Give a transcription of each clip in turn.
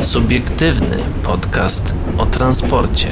Subiektywny podcast o transporcie.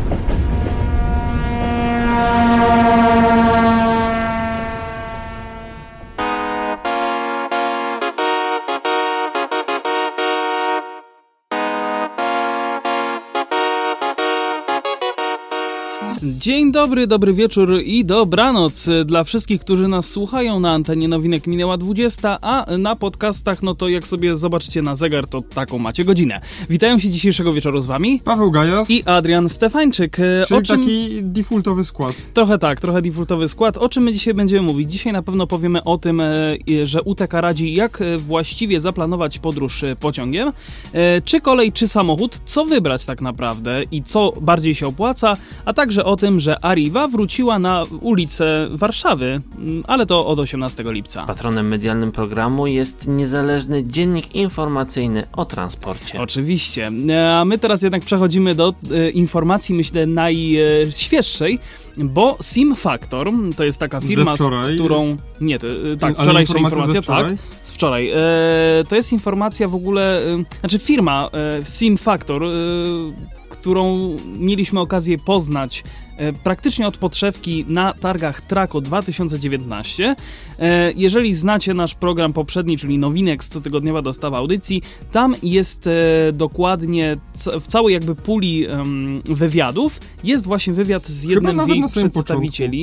Dzień dobry, dobry wieczór i dobranoc dla wszystkich, którzy nas słuchają. Na antenie Nowinek minęła 20, a na podcastach, no to jak sobie zobaczycie na zegar, to taką macie godzinę. Witają się dzisiejszego wieczoru z wami Paweł Gajas i Adrian Stefańczyk. Czyli taki defaultowy skład. Trochę defaultowy skład. O czym my dzisiaj będziemy mówić? Dzisiaj na pewno powiemy o tym, że UTK radzi, jak właściwie zaplanować podróż pociągiem, czy kolej, czy samochód, co wybrać tak naprawdę i co bardziej się opłaca, a także o tym, że Arriva wróciła na ulicę Warszawy, ale to od 18 lipca. Patronem medialnym programu jest niezależny dziennik informacyjny o transporcie. Oczywiście. A my teraz jednak przechodzimy do informacji, myślę, najświeższej, bo SimFactor to jest taka firma, z którą... Nie, wczorajsza informacja, tak, z wczoraj. To jest informacja w ogóle, firma SimFactor, którą mieliśmy okazję poznać praktycznie od podszewki na targach Trako 2019. Jeżeli znacie nasz program poprzedni, czyli Nowinek z cotygodniowa dostawa audycji, tam jest dokładnie w całej jakby puli wywiadów jest właśnie wywiad z jednym z jej przedstawicieli.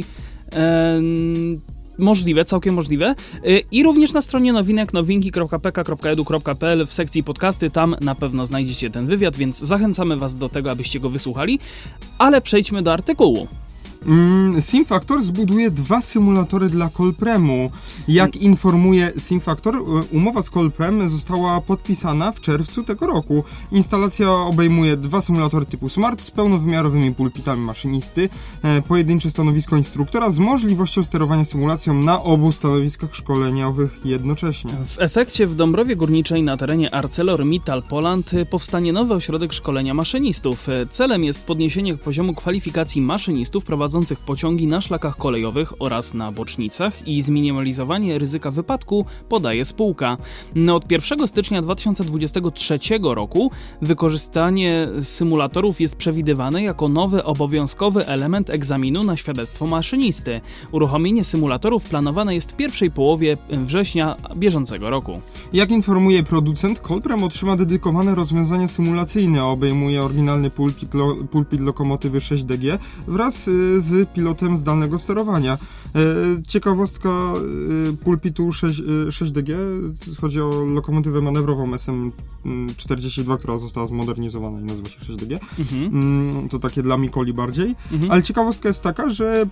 Możliwe, całkiem możliwe. I również na stronie nowinek nowinki.pk.edu.pl w sekcji podcasty, tam na pewno znajdziecie ten wywiad, więc zachęcamy was do tego, abyście go wysłuchali. Ale przejdźmy do artykułu. SimFactor zbuduje 2 symulatory dla Colpremu. Jak informuje SimFactor, umowa z Colprem została podpisana w czerwcu tego roku. Instalacja obejmuje 2 symulatory typu Smart z pełnowymiarowymi pulpitami maszynisty, pojedyncze stanowisko instruktora z możliwością sterowania symulacją na obu stanowiskach szkoleniowych jednocześnie. W efekcie w Dąbrowie Górniczej na terenie ArcelorMittal Poland powstanie nowy ośrodek szkolenia maszynistów. Celem jest podniesienie poziomu kwalifikacji maszynistów prowadzących pociągi na szlakach kolejowych oraz na bocznicach i zminimalizowanie ryzyka wypadku, podaje spółka. Od 1 stycznia 2023 roku wykorzystanie symulatorów jest przewidywane jako nowy obowiązkowy element egzaminu na świadectwo maszynisty. Uruchomienie symulatorów planowane jest w pierwszej połowie września bieżącego roku. Jak informuje producent, Colprem otrzyma dedykowane rozwiązania symulacyjne, obejmuje oryginalny pulpit lokomotywy 6DG wraz z pilotem zdalnego sterowania. Ciekawostka pulpitu 6DG, chodzi o lokomotywę manewrową SM42, która została zmodernizowana i nazywa się 6DG. To takie dla Mikoli bardziej. Ale ciekawostka jest taka, że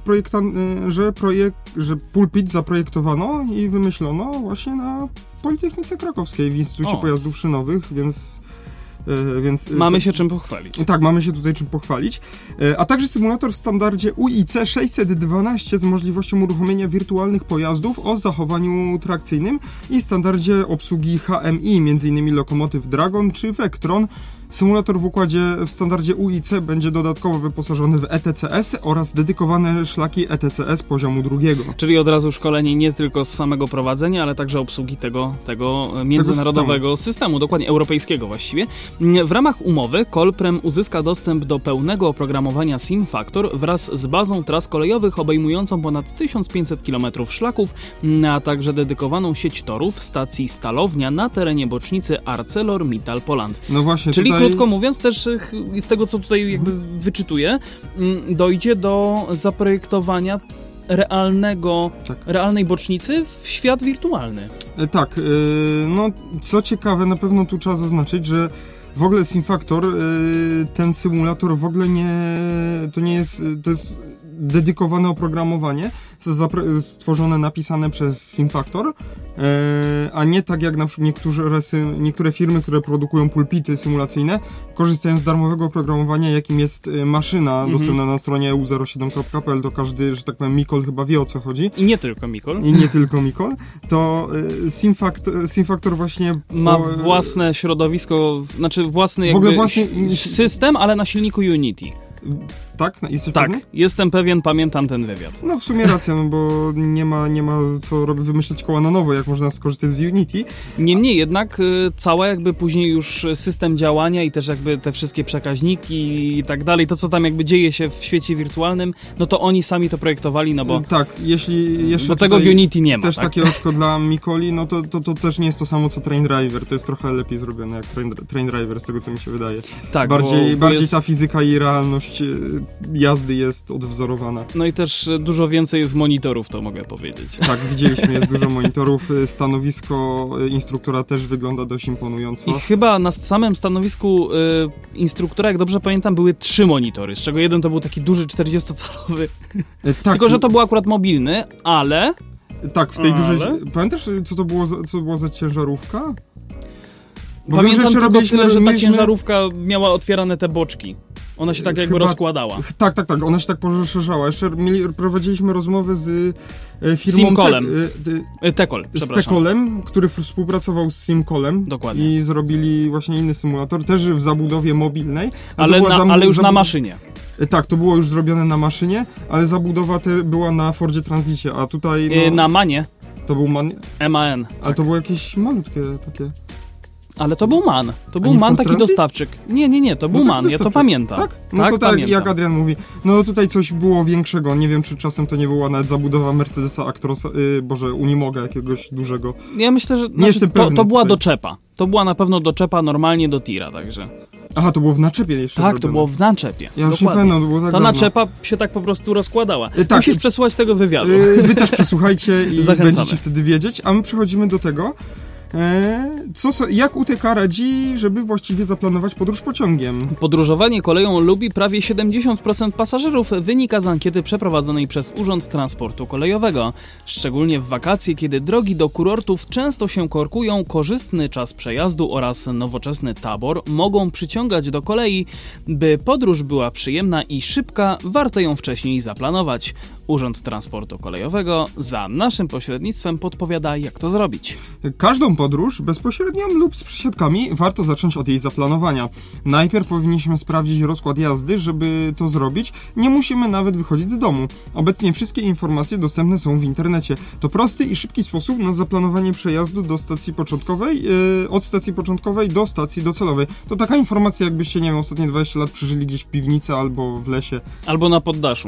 pulpit zaprojektowano i wymyślono właśnie na Politechnice Krakowskiej w Instytucie Pojazdów Szynowych, więc mamy się czym pochwalić. Tak, mamy się tutaj czym pochwalić. A także symulator w standardzie UIC 612 z możliwością uruchomienia wirtualnych pojazdów o zachowaniu trakcyjnym i standardzie obsługi HMI, m.in. lokomotyw Dragon czy Vectron. Symulator w układzie w standardzie UIC będzie dodatkowo wyposażony w ETCS oraz dedykowane szlaki ETCS poziomu 2. Czyli od razu szkolenie nie tylko z samego prowadzenia, ale także obsługi tego międzynarodowego systemu, dokładnie europejskiego właściwie. W ramach umowy Colprem uzyska dostęp do pełnego oprogramowania SimFactor wraz z bazą tras kolejowych obejmującą ponad 1500 km szlaków, a także dedykowaną sieć torów stacji Stalownia na terenie bocznicy ArcelorMittal Poland. No właśnie, czyli krótko mówiąc, też z tego, co tutaj jakby wyczytuję, dojdzie do zaprojektowania realnej bocznicy w świat wirtualny. Tak, no co ciekawe, na pewno tu trzeba zaznaczyć, że w ogóle SimFactor, ten symulator w ogóle to jest dedykowane oprogramowanie, stworzone, napisane przez SimFactor, a nie tak jak na przykład niektóre firmy, które produkują pulpity symulacyjne, korzystają z darmowego oprogramowania, jakim jest maszyna dostępna na stronie eu07.pl, to każdy, że tak powiem, Mikol chyba wie, o co chodzi. I nie tylko Mikol. To SimFactor właśnie ma własne środowisko, własny system, ale na silniku Unity. Tak? Jesteś tak, pewny? Jestem pewien, pamiętam ten wywiad. No w sumie racja, bo nie ma co wymyśleć koła na nowo, jak można skorzystać z Unity. Niemniej jednak cała jakby później już system działania i też jakby te wszystkie przekaźniki i tak dalej, to co tam jakby dzieje się w świecie wirtualnym, no to oni sami to projektowali, no bo... Tak, jeśli jeszcze bo tego w Unity nie ma. Też tak? takie oczko dla Mikoli, no to też nie jest to samo co Train Driver, to jest trochę lepiej zrobione jak Train Driver, z tego co mi się wydaje. Tak, bardziej jest... ta fizyka i realność jazdy jest odwzorowana. No i też dużo więcej jest monitorów, to mogę powiedzieć. Tak, widzieliśmy, jest dużo monitorów. Stanowisko instruktora też wygląda dość imponująco. I chyba na samym stanowisku instruktora, jak dobrze pamiętam, były 3 monitory, z czego jeden to był taki duży 40-calowy. Tak. Tylko, że to był akurat mobilny, ale... Tak, w tej dużej... Pamiętasz, co to było za ciężarówka? Bo pamiętam tylko tyle, że ta ciężarówka miała otwierane te boczki. Ona się tak jakby rozkładała. Tak, ona się tak poszerzała. Jeszcze prowadziliśmy rozmowę z firmą Simcolem. Tekol, przepraszam. Z Tekolem, który współpracował z Simcolem. Dokładnie. I zrobili właśnie inny symulator, też w zabudowie mobilnej. Ale już na maszynie. Tak, to było już zrobione na maszynie, ale zabudowa była na Fordzie Transicie, a tutaj... na Manie. To był MAN? MAN. Ale tak. To było jakieś malutkie takie... Ale to był MAN. To był MAN taki dostawczyk. Nie, to był MAN, ja to pamiętam. Tak? No to tak, jak Adrian mówi. No tutaj coś było większego, nie wiem czy czasem to nie była nawet zabudowa Mercedesa Actrosa, Unimoga jakiegoś dużego. Ja myślę, że to była doczepa. To była na pewno doczepa normalnie do tira, także... Aha, to było w naczepie jeszcze. Tak, to było w naczepie. Ja już nie pamiętam, to było tak Ta naczepa się tak po prostu rozkładała. Tak. Musisz przesłuchać tego wywiadu. Wy też przesłuchajcie i będziecie wtedy wiedzieć, a my przechodzimy do tego, jak UTK radzi, żeby właściwie zaplanować podróż pociągiem? Podróżowanie koleją lubi prawie 70% pasażerów, wynika z ankiety przeprowadzonej przez Urząd Transportu Kolejowego. Szczególnie w wakacje, kiedy drogi do kurortów często się korkują, korzystny czas przejazdu oraz nowoczesny tabor mogą przyciągać do kolei. By podróż była przyjemna i szybka, warto ją wcześniej zaplanować. Urząd Transportu Kolejowego za naszym pośrednictwem podpowiada, jak to zrobić. Każdą podróż, bezpośrednią lub z przesiadkami, warto zacząć od jej zaplanowania. Najpierw powinniśmy sprawdzić rozkład jazdy, żeby to zrobić. Nie musimy nawet wychodzić z domu. Obecnie wszystkie informacje dostępne są w internecie. To prosty i szybki sposób na zaplanowanie przejazdu do stacji początkowej, od stacji początkowej do stacji docelowej. To taka informacja, jakbyście, nie wiem, ostatnie 20 lat przeżyli gdzieś w piwnicy albo w lesie. Albo na poddaszu.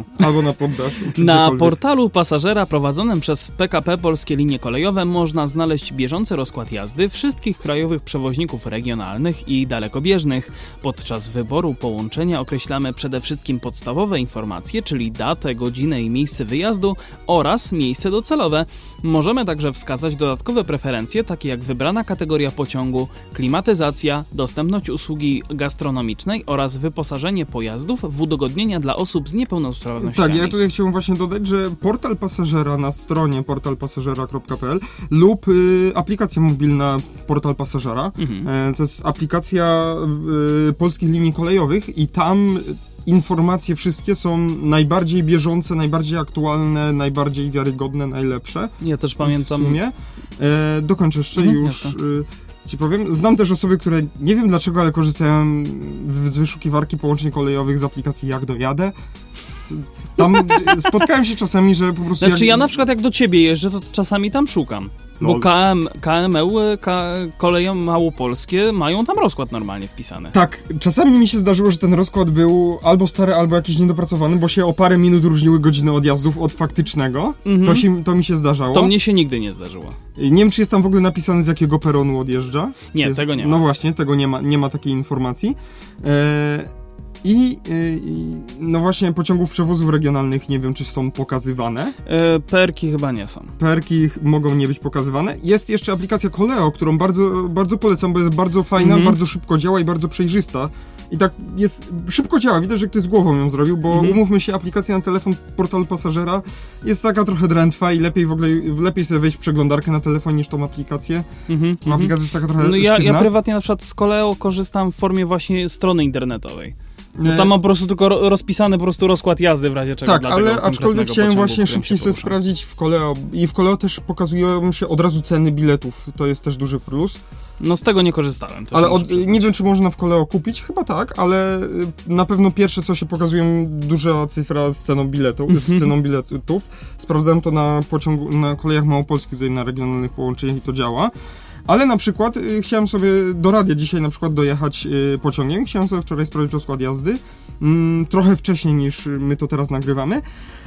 Na portalu pasażera prowadzonym przez PKP Polskie Linie Kolejowe można znaleźć bieżący rozkład jazdy wszystkich krajowych przewoźników regionalnych i dalekobieżnych. Podczas wyboru połączenia określamy przede wszystkim podstawowe informacje, czyli datę, godzinę i miejsce wyjazdu oraz miejsce docelowe. Możemy także wskazać dodatkowe preferencje, takie jak wybrana kategoria pociągu, klimatyzacja, dostępność usługi gastronomicznej oraz wyposażenie pojazdów w udogodnienia dla osób z niepełnosprawnościami. Tak, ja tutaj chciałbym właśnie dodać, że portal pasażera na stronie portalpasażera.pl lub aplikacja mobilna Portal Pasażera, to jest aplikacja Polskich Linii Kolejowych i tam informacje wszystkie są najbardziej bieżące, najbardziej aktualne, najbardziej wiarygodne, najlepsze. Ja też pamiętam. W sumie. Dokończę jeszcze już... Ci powiem, znam też osoby, które nie wiem dlaczego, ale korzystają z wyszukiwarki połączeń kolejowych z aplikacji Jak Dojadę. Tam spotkałem się czasami, że po prostu... Znaczy ja na przykład jak do ciebie jeżdżę, to czasami tam szukam. Bo KML, Koleje Małopolskie mają tam rozkład normalnie wpisany. Tak, czasami mi się zdarzyło, że ten rozkład był albo stary, albo jakiś niedopracowany, bo się o parę minut różniły godziny odjazdów od faktycznego. To mi się zdarzało. To mnie się nigdy nie zdarzyło. Nie wiem, czy jest tam w ogóle napisane, z jakiego peronu odjeżdża. Nie, tego nie ma. No właśnie, tego nie ma takiej informacji. No właśnie pociągów przewozów regionalnych nie wiem, czy są pokazywane. Perki chyba nie są. Perki mogą nie być pokazywane. Jest jeszcze aplikacja Koleo, którą bardzo, bardzo polecam, bo jest bardzo fajna, bardzo szybko działa i bardzo przejrzysta. I tak szybko działa, widać, że ktoś z głową ją zrobił, bo umówmy się, aplikacja na telefon portalu pasażera jest taka trochę drętwa i lepiej sobie wejść w przeglądarkę na telefonie niż tą aplikację. Aplikacja jest taka trochę ja prywatnie na przykład z Koleo korzystam w formie właśnie strony internetowej. No tam mam po prostu tylko rozpisany po prostu rozkład jazdy w razie czego. Tak, ale aczkolwiek chciałem właśnie szybciej sobie sprawdzić w Koleo i w Koleo też pokazują się od razu ceny biletów, to jest też duży plus. No z tego nie korzystałem. Ale nie wiem, czy można w Koleo kupić, chyba tak, ale na pewno pierwsze, co się pokazuje, duża cyfra z ceną biletów. Sprawdzałem to na kolejach małopolskich, tutaj na regionalnych połączeniach i to działa. Ale na przykład chciałem sobie do radia dzisiaj na przykład dojechać pociągiem. Chciałem sobie wczoraj sprawdzić rozkład jazdy. Trochę wcześniej niż my to teraz nagrywamy.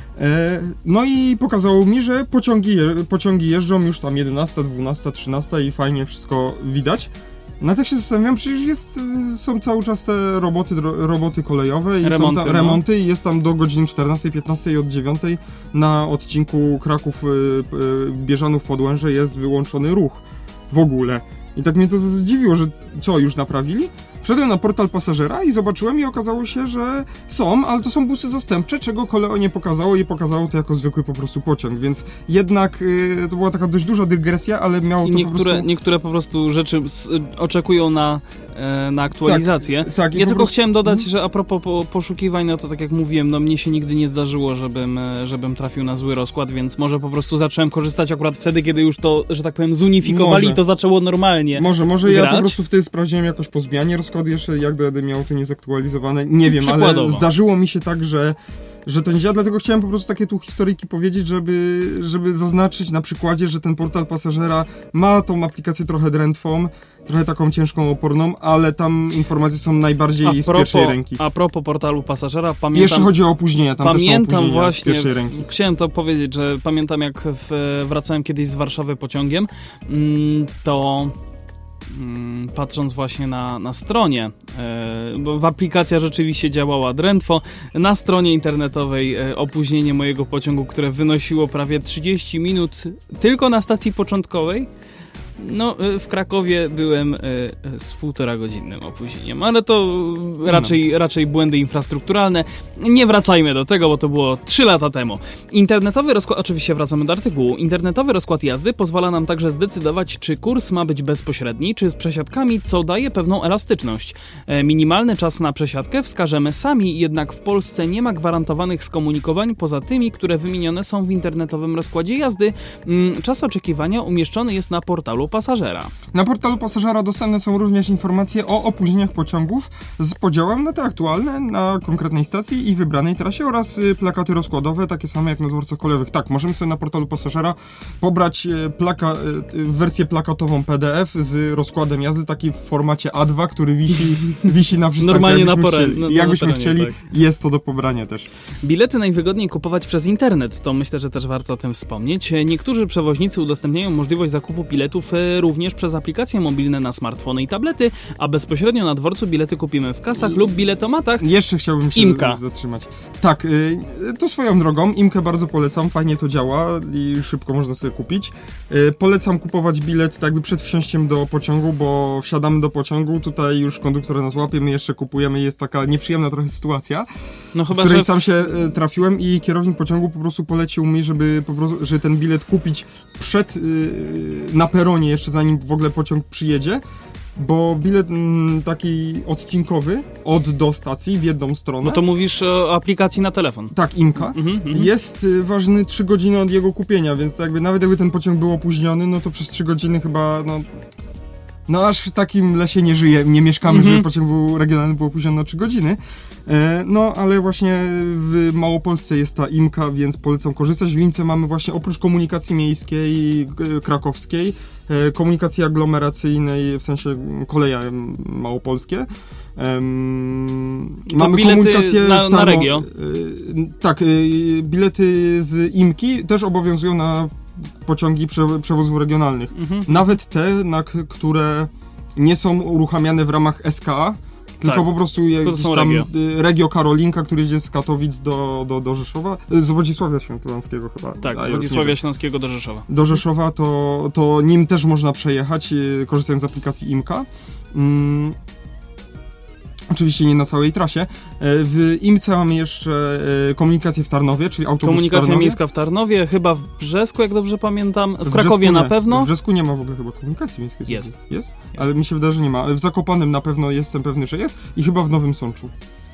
No i pokazało mi, że pociągi jeżdżą już tam 11, 12, 13 i fajnie wszystko widać. No tak się zastanawiam, przecież są cały czas te roboty kolejowe i remonty, są tam remonty i jest tam do godziny 14, 15 i od 9 na odcinku Kraków-Bieżanów-Podłęże jest wyłączony ruch w ogóle. I tak mnie to zdziwiło, że co, już naprawili? Wszedłem na portal pasażera i zobaczyłem i okazało się, że są, ale to są busy zastępcze, czego Koleo nie pokazało i pokazało to jako zwykły po prostu pociąg, więc jednak to była taka dość duża dygresja, ale miało to po prostu... Niektóre po prostu rzeczy oczekują na aktualizację. Tak, ja tylko chciałem dodać, że a propos poszukiwań, no to tak jak mówiłem, no mnie się nigdy nie zdarzyło, żebym trafił na zły rozkład, więc może po prostu zacząłem korzystać akurat wtedy, kiedy już to, że tak powiem, zunifikowali i to zaczęło normalnie Może grać. Ja po prostu wtedy sprawdziłem jakoś po zmianie rozkładu jeszcze, jak będę miał to niezaktualizowane, nie wiem, ale zdarzyło mi się tak, że to nie działa, dlatego chciałem po prostu takie tu historyjki powiedzieć, żeby zaznaczyć na przykładzie, że ten portal pasażera ma tą aplikację trochę drętwą, trochę taką ciężką, oporną, ale tam informacje są najbardziej z pierwszej ręki. A propos portalu pasażera, pamiętam... Jeszcze chodzi o opóźnienia, tam pamiętam też są opóźnienia właśnie, z pierwszej ręki. Chciałem to powiedzieć, że pamiętam jak wracałem kiedyś z Warszawy pociągiem, to... patrząc właśnie na stronie, bo aplikacja rzeczywiście działała drętwo, na stronie internetowej opóźnienie mojego pociągu, które wynosiło prawie 30 minut tylko na stacji początkowej. No, w Krakowie byłem z 1,5-godzinnym opóźnieniem, ale to raczej błędy infrastrukturalne. Nie wracajmy do tego, bo to było 3 lata temu. Internetowy rozkład, oczywiście wracamy do artykułu. Internetowy rozkład jazdy pozwala nam także zdecydować, czy kurs ma być bezpośredni, czy z przesiadkami, co daje pewną elastyczność. Minimalny czas na przesiadkę wskażemy sami, jednak w Polsce nie ma gwarantowanych skomunikowań poza tymi, które wymienione są w internetowym rozkładzie jazdy. Czas oczekiwania umieszczony jest na portalu pasażera. Na portalu pasażera dostępne są również informacje o opóźnieniach pociągów z podziałem na te aktualne, na konkretnej stacji i wybranej trasie oraz plakaty rozkładowe, takie same jak na dworcach kolejowych. Tak, możemy sobie na portalu pasażera pobrać wersję plakatową PDF z rozkładem jazdy, taki w formacie A2, który wisi na przystanku. Normalnie jakbyśmy chcieli, tak. Jest to do pobrania też. Bilety najwygodniej kupować przez internet, to myślę, że też warto o tym wspomnieć. Niektórzy przewoźnicy udostępniają możliwość zakupu biletów również przez aplikacje mobilne na smartfony i tablety, a bezpośrednio na dworcu bilety kupimy w kasach lub biletomatach. Jeszcze chciałbym się zatrzymać. Tak, to swoją drogą, IMKę bardzo polecam, fajnie to działa i szybko można sobie kupić. Polecam kupować bilet tak jakby przed wsiąściem do pociągu, bo wsiadamy do pociągu, tutaj już konduktor nas łapie, my jeszcze kupujemy, jest taka nieprzyjemna trochę sytuacja, w której sam się trafiłem i kierownik pociągu po prostu polecił mi, że ten bilet kupić na peronie, jeszcze zanim w ogóle pociąg przyjedzie, bo bilet taki odcinkowy do stacji w jedną stronę. No to mówisz o aplikacji na telefon. Tak, IMKA. Jest ważny 3 godziny od jego kupienia, więc nawet jakby ten pociąg był opóźniony, no to przez 3 godziny chyba, no aż w takim lesie nie mieszkamy, żeby pociąg regionalny był opóźniony o 3 godziny. No, ale właśnie w Małopolsce jest ta IMKA, więc polecam korzystać. W IMCE mamy właśnie oprócz komunikacji miejskiej, krakowskiej, komunikacji aglomeracyjnej, w sensie koleje małopolskie. Mamy komunikację na regio. Tak, bilety z IMKI też obowiązują na pociągi przewozów regionalnych. Nawet te, które nie są uruchamiane w ramach SKA, tylko po prostu jest tam Regio Karolinka, który idzie z Katowic do Rzeszowa, z Wodzisławia Śląskiego chyba. Tak, z Wodzisławia Śląskiego do Rzeszowa. Do Rzeszowa to nim też można przejechać, korzystając z aplikacji IMKA. Oczywiście nie na całej trasie. W IMCE mamy jeszcze komunikację w Tarnowie, czyli autobus komunikacja w Tarnowie. miejska w Tarnowie, chyba w Brzesku, jak dobrze pamiętam. W Krakowie na pewno. W Brzesku nie ma w ogóle chyba komunikacji miejskiej. Jest? Ale mi się wydaje, że nie ma. W Zakopanem na pewno jestem pewny, że jest i chyba w Nowym Sączu.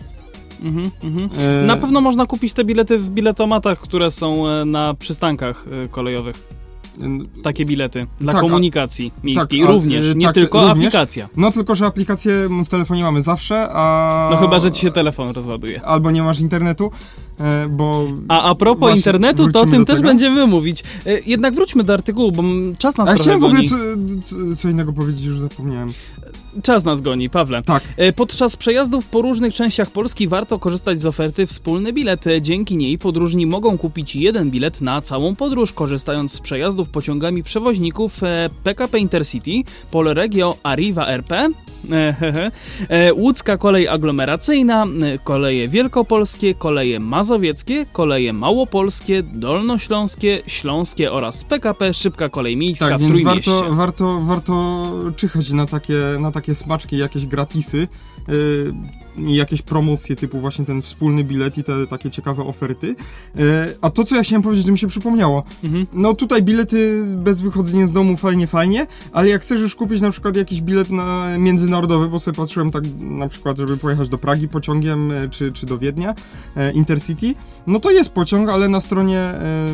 Na pewno można kupić te bilety w biletomatach, które są na przystankach kolejowych. takie bilety dla komunikacji miejskiej również, nie tylko również, aplikacja. No tylko, że aplikację w telefonie mamy zawsze, a... No chyba, że ci się telefon rozładuje. Albo nie masz internetu, bo... A propos internetu, to o tym też będziemy mówić. Jednak wróćmy do artykułu, bo czas nas trochę goni. A chciałem w ogóle co innego powiedzieć, już zapomniałem. Czas nas goni, Pawle. Tak. Podczas przejazdów po różnych częściach Polski warto korzystać z oferty Wspólny Bilet. Dzięki niej podróżni mogą kupić jeden bilet na całą podróż, korzystając z przejazdów pociągami przewoźników PKP Intercity, Polregio, Arriva RP, Łódzka Kolej Aglomeracyjna, Koleje Wielkopolskie, Koleje Mazowieckie, Koleje Małopolskie, Dolnośląskie, Śląskie oraz PKP Szybka Kolej Miejska w Trójmieście. Tak, więc warto czyhać na takie smaczki, jakieś gratisy, jakieś promocje typu właśnie ten Wspólny Bilet i te takie ciekawe oferty. A to, co ja chciałem powiedzieć, to mi się przypomniało. No tutaj bilety bez wychodzenia z domu fajnie, ale jak chcesz już kupić na przykład jakiś bilet międzynarodowy, bo sobie patrzyłem tak na przykład, żeby pojechać do Pragi pociągiem, czy do Wiednia, Intercity, no to jest pociąg, ale na stronie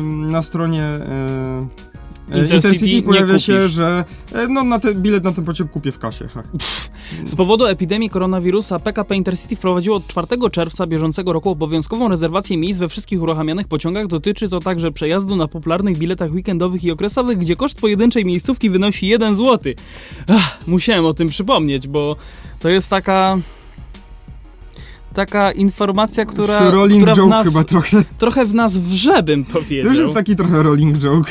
Intercity pojawia się, że na ten bilet na ten pociąg kupię w kasie. Z powodu epidemii koronawirusa PKP Intercity wprowadziło od 4 czerwca bieżącego roku obowiązkową rezerwację miejsc we wszystkich uruchamianych pociągach. Dotyczy to także przejazdu na popularnych biletach weekendowych i okresowych, gdzie koszt pojedynczej miejscówki wynosi 1 zł. Musiałem o tym przypomnieć, bo to jest taka informacja, która joke w nas, chyba trochę w nas wrze, bym powiedział. To już jest taki trochę rolling joke.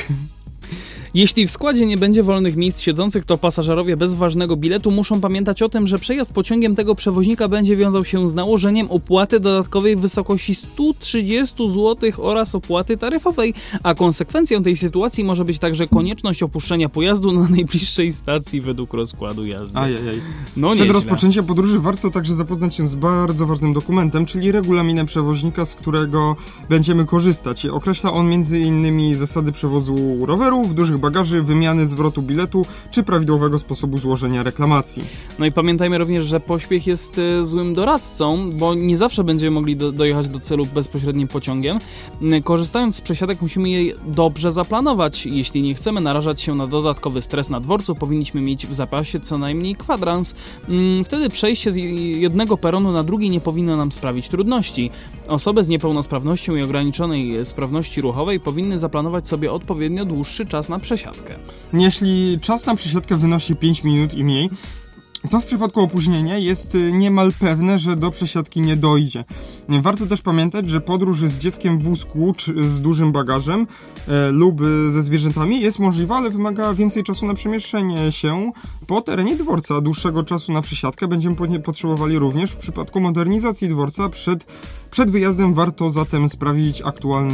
Jeśli w składzie nie będzie wolnych miejsc siedzących, to pasażerowie bez ważnego biletu muszą pamiętać o tym, że przejazd pociągiem tego przewoźnika będzie wiązał się z nałożeniem opłaty dodatkowej w wysokości 130 zł oraz opłaty taryfowej, a konsekwencją tej sytuacji może być także konieczność opuszczenia pojazdu na najbliższej stacji według rozkładu jazdy. No Przed rozpoczęciem podróży warto także zapoznać się z bardzo ważnym dokumentem, czyli regulaminem przewoźnika, z którego będziemy korzystać. Określa on m.in. zasady przewozu rowerów, dużych bagaży, wymiany zwrotu biletu, czy prawidłowego sposobu złożenia reklamacji. No i pamiętajmy również, że pośpiech jest złym doradcą, bo nie zawsze będziemy mogli dojechać do celu bezpośrednim pociągiem. Korzystając z przesiadek musimy je dobrze zaplanować. Jeśli nie chcemy narażać się na dodatkowy stres na dworcu, powinniśmy mieć w zapasie co najmniej kwadrans. Wtedy przejście z jednego peronu na drugi nie powinno nam sprawić trudności. Osoby z niepełnosprawnością i ograniczonej sprawności ruchowej powinny zaplanować sobie odpowiednio dłuższy czas na przesiadkę. Jeśli czas na przesiadkę wynosi 5 minut i mniej, to w przypadku opóźnienia jest niemal pewne, że do przesiadki nie dojdzie. Warto też pamiętać, że podróż z dzieckiem w wózku czy z dużym bagażem lub ze zwierzętami jest możliwa, ale wymaga więcej czasu na przemieszczenie się po terenie dworca. Dłuższego czasu na przesiadkę będziemy potrzebowali również w przypadku modernizacji dworca. Przed wyjazdem warto zatem sprawdzić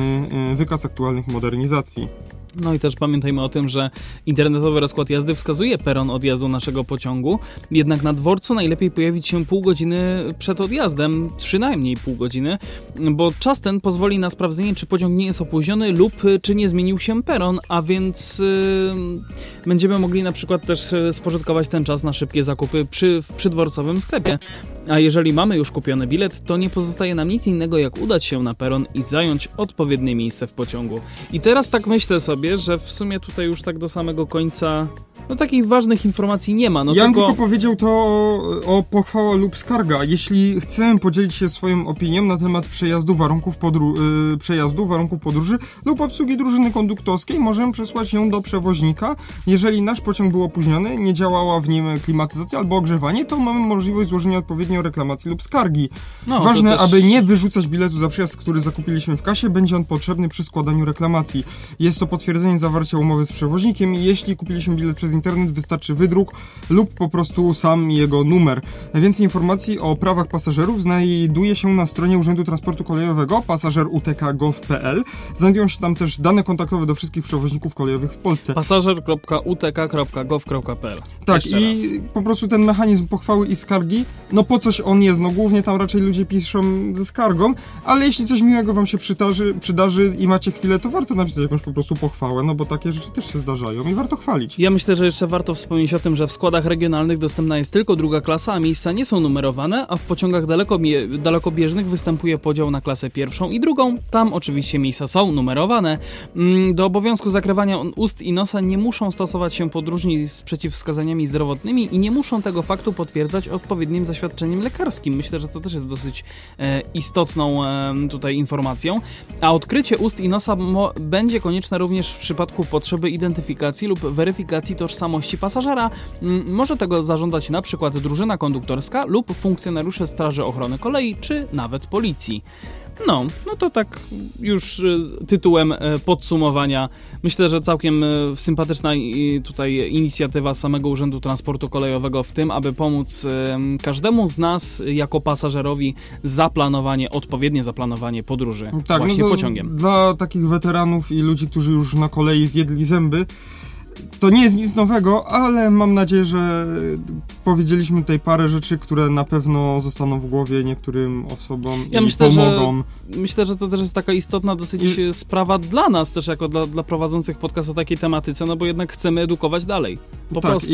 wykaz aktualnych modernizacji. No i też pamiętajmy o tym, że internetowy rozkład jazdy wskazuje peron odjazdu naszego pociągu, jednak na dworcu najlepiej pojawić się pół godziny przed odjazdem, przynajmniej pół godziny, bo czas ten pozwoli na sprawdzenie, czy pociąg nie jest opóźniony lub czy nie zmienił się peron, a więc będziemy mogli na przykład też spożytkować ten czas na szybkie zakupy w przydworcowym sklepie. A jeżeli mamy już kupiony bilet, to nie pozostaje nam nic innego, jak udać się na peron i zająć odpowiednie miejsce w pociągu. I teraz tak myślę sobie, że w sumie tutaj już tak do samego końca takich ważnych informacji nie ma. Ja bym tylko powiedział to o pochwała lub skarga. Jeśli chcemy podzielić się swoją opinią na temat przejazdu, warunków podróży lub obsługi drużyny konduktorskiej, możemy przesłać ją do przewoźnika. Jeżeli nasz pociąg był opóźniony, nie działała w nim klimatyzacja albo ogrzewanie, to mamy możliwość złożenia odpowiedniej reklamacji lub skargi. Ważne, aby nie wyrzucać biletu za przejazd, który zakupiliśmy w kasie, będzie on potrzebny przy składaniu reklamacji. Jest to potwierdzenie zawarcia umowy z przewoźnikiem. Jeśli kupiliśmy bilet przez internet, wystarczy wydruk lub po prostu sam jego numer. Więcej informacji o prawach pasażerów znajduje się na stronie Urzędu Transportu Kolejowego pasażer.utk.gov.pl. Znajdują się tam też dane kontaktowe do wszystkich przewoźników kolejowych w Polsce. pasażer.utk.gov.pl. Tak, i po prostu ten mechanizm pochwały i skargi, po coś on jest, głównie tam raczej ludzie piszą ze skargą, ale jeśli coś miłego wam się przydarzy i macie chwilę, to warto napisać jakąś po prostu pochwałę, bo takie rzeczy też się zdarzają i warto chwalić. Ja myślę, że jeszcze warto wspomnieć o tym, że w składach regionalnych dostępna jest tylko druga klasa, a miejsca nie są numerowane, a w pociągach dalekobieżnych występuje podział na klasę pierwszą i drugą. Tam oczywiście miejsca są numerowane. Do obowiązku zakrywania ust i nosa nie muszą stosować się podróżni z przeciwwskazaniami zdrowotnymi i nie muszą tego faktu potwierdzać odpowiednim zaświadczeniem lekarskim. Myślę, że to też jest dosyć istotną tutaj informacją. A odkrycie ust i nosa będzie konieczne również w przypadku potrzeby identyfikacji lub weryfikacji tożsamości pasażera. Może tego zażądać na przykład drużyna konduktorska lub funkcjonariusze Straży Ochrony Kolei, czy nawet policji. No to tak już tytułem podsumowania. Myślę, że całkiem sympatyczna tutaj inicjatywa samego Urzędu Transportu Kolejowego w tym, aby pomóc każdemu z nas jako pasażerowi odpowiednie zaplanowanie podróży właśnie pociągiem. Dla takich weteranów i ludzi, którzy już na kolei zjedli zęby, to nie jest nic nowego, ale mam nadzieję, że powiedzieliśmy tutaj parę rzeczy, które na pewno zostaną w głowie niektórym osobom i pomogą. Myślę, że to też jest taka istotna dosyć sprawa dla nas też, jako dla prowadzących podcast o takiej tematyce, no bo jednak chcemy edukować dalej. Po prostu.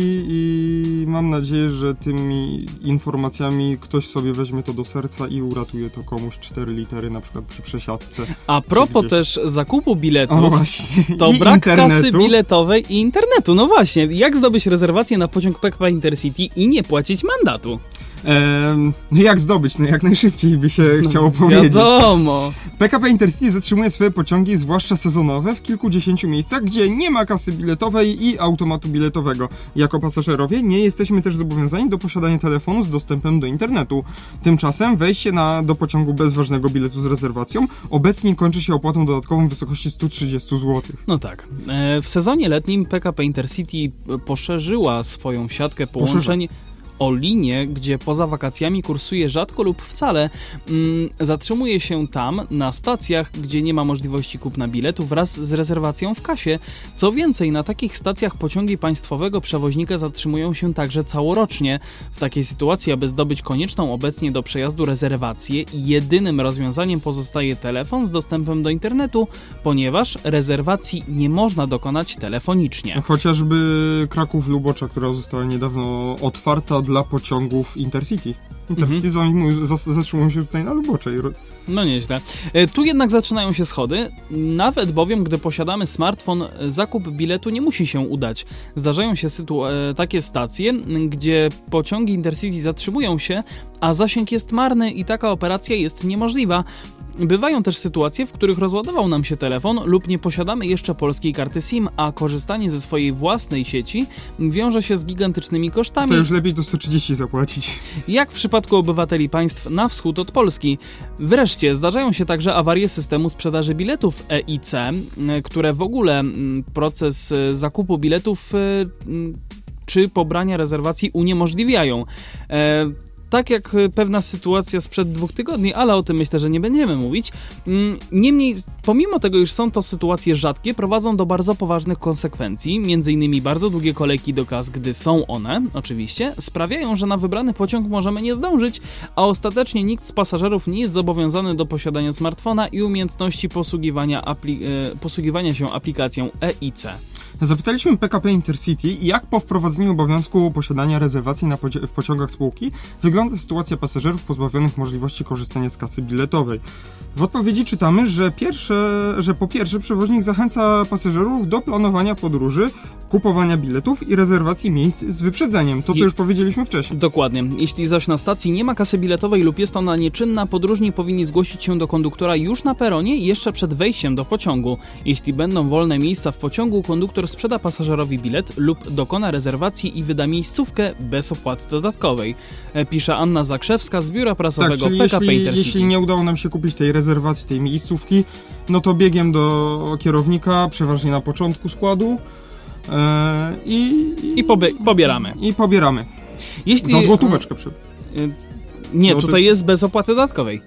I mam nadzieję, że tymi informacjami ktoś sobie weźmie to do serca i uratuje to komuś 4 litery na przykład przy przesiadce. A propos też zakupu biletów, to brak kasy biletowej i internetu. No właśnie, jak zdobyć rezerwację na pociąg PKP Intercity i nie płacić mandatu? No jak zdobyć? No jak najszybciej by się chciało powiedzieć. Wiadomo. PKP Intercity zatrzymuje swoje pociągi, zwłaszcza sezonowe, w kilkudziesięciu miejscach, gdzie nie ma kasy biletowej i automatu biletowego. Jako pasażerowie nie jesteśmy też zobowiązani do posiadania telefonu z dostępem do internetu. Tymczasem wejście do pociągu bez ważnego biletu z rezerwacją obecnie kończy się opłatą dodatkową w wysokości 130 zł. No tak. W sezonie letnim PKP Intercity poszerzyła swoją siatkę połączeń o linię, gdzie poza wakacjami kursuje rzadko lub wcale, zatrzymuje się tam na stacjach, gdzie nie ma możliwości kupna biletu wraz z rezerwacją w kasie. Co więcej, na takich stacjach pociągi państwowego przewoźnika zatrzymują się także całorocznie. W takiej sytuacji, aby zdobyć konieczną obecnie do przejazdu rezerwację, jedynym rozwiązaniem pozostaje telefon z dostępem do internetu, ponieważ rezerwacji nie można dokonać telefonicznie. Chociażby Kraków-Lubocza, która została niedawno otwarta dla pociągów Intercity. Intercity zatrzymują się tutaj na Luboczej. No nieźle. Tu jednak zaczynają się schody, nawet bowiem, gdy posiadamy smartfon, zakup biletu nie musi się udać. Zdarzają się takie stacje, gdzie pociągi Intercity zatrzymują się, a zasięg jest marny i taka operacja jest niemożliwa. Bywają też sytuacje, w których rozładował nam się telefon lub nie posiadamy jeszcze polskiej karty SIM, a korzystanie ze swojej własnej sieci wiąże się z gigantycznymi kosztami. To już lepiej to 130 zapłacić. Jak w przypadku obywateli państw na wschód od Polski. Wreszcie zdarzają się także awarie systemu sprzedaży biletów EIC, które w ogóle proces zakupu biletów czy pobrania rezerwacji uniemożliwiają. Tak jak pewna sytuacja sprzed 2 tygodni, ale o tym myślę, że nie będziemy mówić. Niemniej, pomimo tego, iż są to sytuacje rzadkie, prowadzą do bardzo poważnych konsekwencji, m.in. bardzo długie kolejki do kas, gdy są one, oczywiście, sprawiają, że na wybrany pociąg możemy nie zdążyć, a ostatecznie nikt z pasażerów nie jest zobowiązany do posiadania smartfona i umiejętności posługiwania się aplikacją EIC. Zapytaliśmy PKP Intercity, jak po wprowadzeniu obowiązku posiadania rezerwacji w pociągach spółki wygląda sytuacja pasażerów pozbawionych możliwości korzystania z kasy biletowej. W odpowiedzi czytamy, że po pierwsze przewoźnik zachęca pasażerów do planowania podróży, kupowania biletów i rezerwacji miejsc z wyprzedzeniem. To, co już powiedzieliśmy wcześniej. Dokładnie. Jeśli zaś na stacji nie ma kasy biletowej lub jest ona nieczynna, podróżni powinni zgłosić się do konduktora już na peronie i jeszcze przed wejściem do pociągu. Jeśli będą wolne miejsca w pociągu, konduktor sprzeda pasażerowi bilet lub dokona rezerwacji i wyda miejscówkę bez opłaty dodatkowej. Pisze Anna Zakrzewska z biura prasowego PKP Intercity. Jeśli nie udało nam się kupić tej rezerwacji, tej miejscówki, no to biegiem do kierownika, przeważnie na początku składu pobieramy. I pobieramy. Za złotóweczkę. Nie, tutaj jest bez opłaty dodatkowej.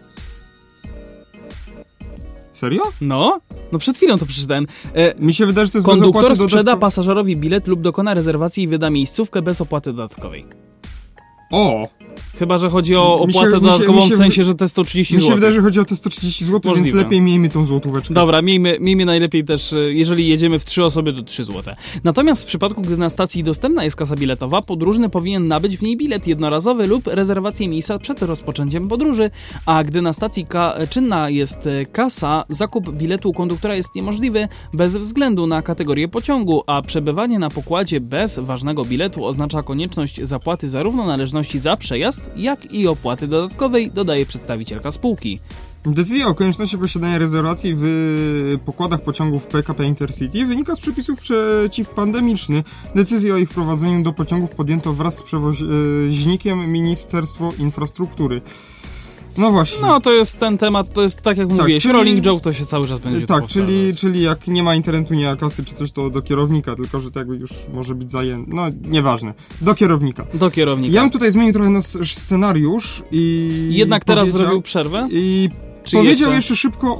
Serio? No przed chwilą to przeczytałem. Mi się wydaje, że to jest konduktor sprzeda pasażerowi bilet lub dokona rezerwacji i wyda miejscówkę bez opłaty dodatkowej. O! Chyba że chodzi o opłatę dodatkową w sensie, że te 130 zł. Mi się wydaje, że chodzi o te 130 zł, Możliwe. Więc lepiej miejmy tą złotóweczkę. Dobra, miejmy najlepiej też, jeżeli jedziemy w 3 osoby, to 3 zł. Natomiast w przypadku, gdy na stacji dostępna jest kasa biletowa, podróżny powinien nabyć w niej bilet jednorazowy lub rezerwację miejsca przed rozpoczęciem podróży, a gdy na stacji czynna jest kasa, zakup biletu u konduktora jest niemożliwy bez względu na kategorię pociągu, a przebywanie na pokładzie bez ważnego biletu oznacza konieczność zapłaty zarówno należności za przejazd, jak i opłaty dodatkowej, dodaje przedstawicielka spółki. Decyzja o konieczności posiadania rezerwacji w pokładach pociągów PKP Intercity wynika z przepisów przeciwpandemicznych. Decyzję o ich wprowadzeniu do pociągów podjęto wraz z przewoźnikiem Ministerstwo Infrastruktury. No właśnie. No to jest ten temat, to jest tak jak mówiłeś, rolling joke to się cały czas będzie tak, czyli jak nie ma internetu, nie ma kasy czy coś, to do kierownika, tylko że tego już może być zajęty. No nieważne. Do kierownika. Ja bym tutaj zmienił trochę nasz scenariusz i jednak teraz zrobił przerwę? I powiedział jeszcze szybko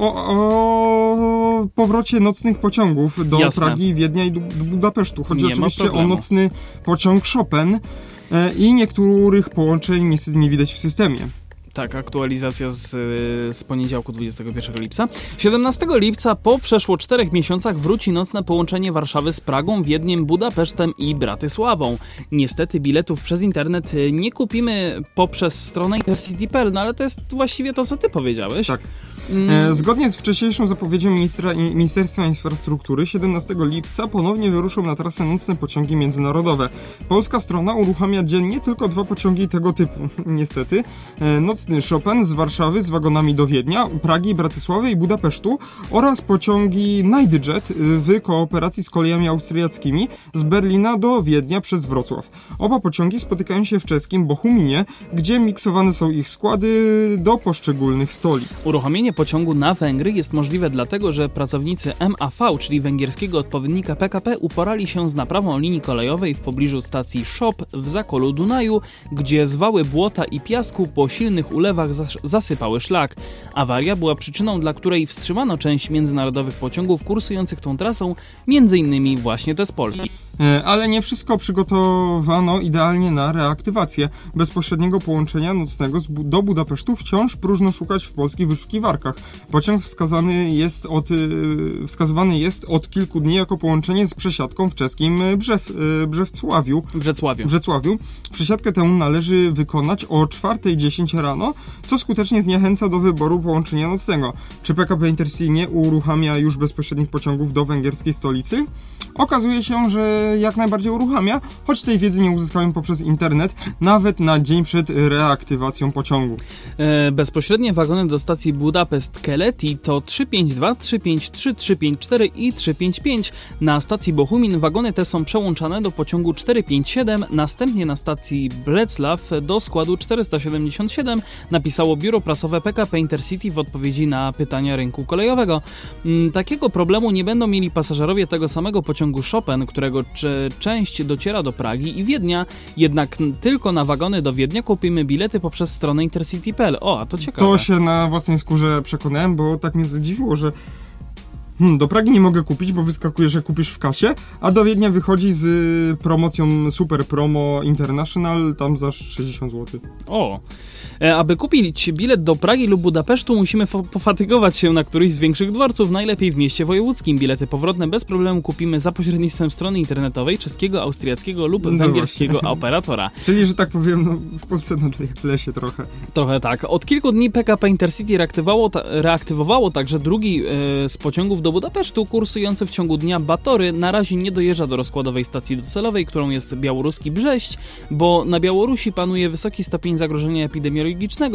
o powrocie nocnych pociągów do Pragi, Wiednia i do Budapesztu. Chodzi oczywiście o nocny pociąg Chopin i niektórych połączeń niestety nie widać w systemie. Tak, aktualizacja z poniedziałku 21 lipca. 17 lipca po przeszło 4 miesiącach wróci nocne połączenie Warszawy z Pragą, Wiedniem, Budapesztem i Bratysławą. Niestety biletów przez internet nie kupimy poprzez stronę Intercity.pl, no ale to jest właściwie to, co ty powiedziałeś. Tak. Zgodnie z wcześniejszą zapowiedzią Ministerstwa Infrastruktury 17 lipca ponownie wyruszą na trasę nocne pociągi międzynarodowe. Polska strona uruchamia dziennie tylko 2 pociągi tego typu. Niestety. Nocny Chopin z Warszawy z wagonami do Wiednia, Pragi, Bratysławy i Budapesztu oraz pociągi Nightjet w kooperacji z kolejami austriackimi z Berlina do Wiednia przez Wrocław. Oba pociągi spotykają się w czeskim Bochuminie, gdzie miksowane są ich składy do poszczególnych stolic. Uruchomienie pociągu na Węgry jest możliwe dlatego, że pracownicy MAV, czyli węgierskiego odpowiednika PKP, uporali się z naprawą linii kolejowej w pobliżu stacji Szop w zakolu Dunaju, gdzie zwały błota i piasku po silnych ulewach zasypały szlak. Awaria była przyczyną, dla której wstrzymano część międzynarodowych pociągów kursujących tą trasą, m.in. właśnie te z Polski. Ale nie wszystko przygotowano idealnie na reaktywację. Bezpośredniego połączenia nocnego do Budapesztu wciąż próżno szukać w polskich wyszukiwarkach. Pociąg wskazywany jest od kilku dni jako połączenie z przesiadką w czeskim Brzecławiu. Przesiadkę tę należy wykonać o 4:10 rano, co skutecznie zniechęca do wyboru połączenia nocnego. Czy PKP Intercity nie uruchamia już bezpośrednich pociągów do węgierskiej stolicy? Okazuje się, że jak najbardziej uruchamia, choć tej wiedzy nie uzyskałem poprzez internet, nawet na dzień przed reaktywacją pociągu. Bezpośrednie wagony do stacji Budapest-Keleti to 352, 353, 354 i 355. Na stacji Bochumin wagony te są przełączane do pociągu 457, następnie na stacji Breclaw do składu 477, napisało biuro prasowe PKP Intercity w odpowiedzi na pytania rynku kolejowego. Takiego problemu nie będą mieli pasażerowie tego samego pociągu Chopin, którego część dociera do Pragi i Wiednia, jednak tylko na wagony do Wiednia kupimy bilety poprzez stronę Intercity.pl. O, a to ciekawe. To się na własnej skórze przekonałem, bo tak mnie zdziwiło, że do Pragi nie mogę kupić, bo wyskakuje, że kupisz w kasie, a do Wiednia wychodzi z promocją Super Promo International, tam za 60 zł. O, aby kupić bilet do Pragi lub Budapesztu, musimy pofatygować się na któryś z większych dworców, najlepiej w mieście wojewódzkim. Bilety powrotne bez problemu kupimy za pośrednictwem strony internetowej czeskiego, austriackiego lub węgierskiego operatora. Czyli, że tak powiem, w Polsce nadal jak w lesie trochę. Trochę tak. Od kilku dni PKP Intercity reaktywowało także drugi z pociągów do Budapesztu, kursujący w ciągu dnia Batory. Na razie nie dojeżdża do rozkładowej stacji docelowej, którą jest białoruski Brześć, bo na Białorusi panuje wysoki stopień zagrożenia epidemiologicznego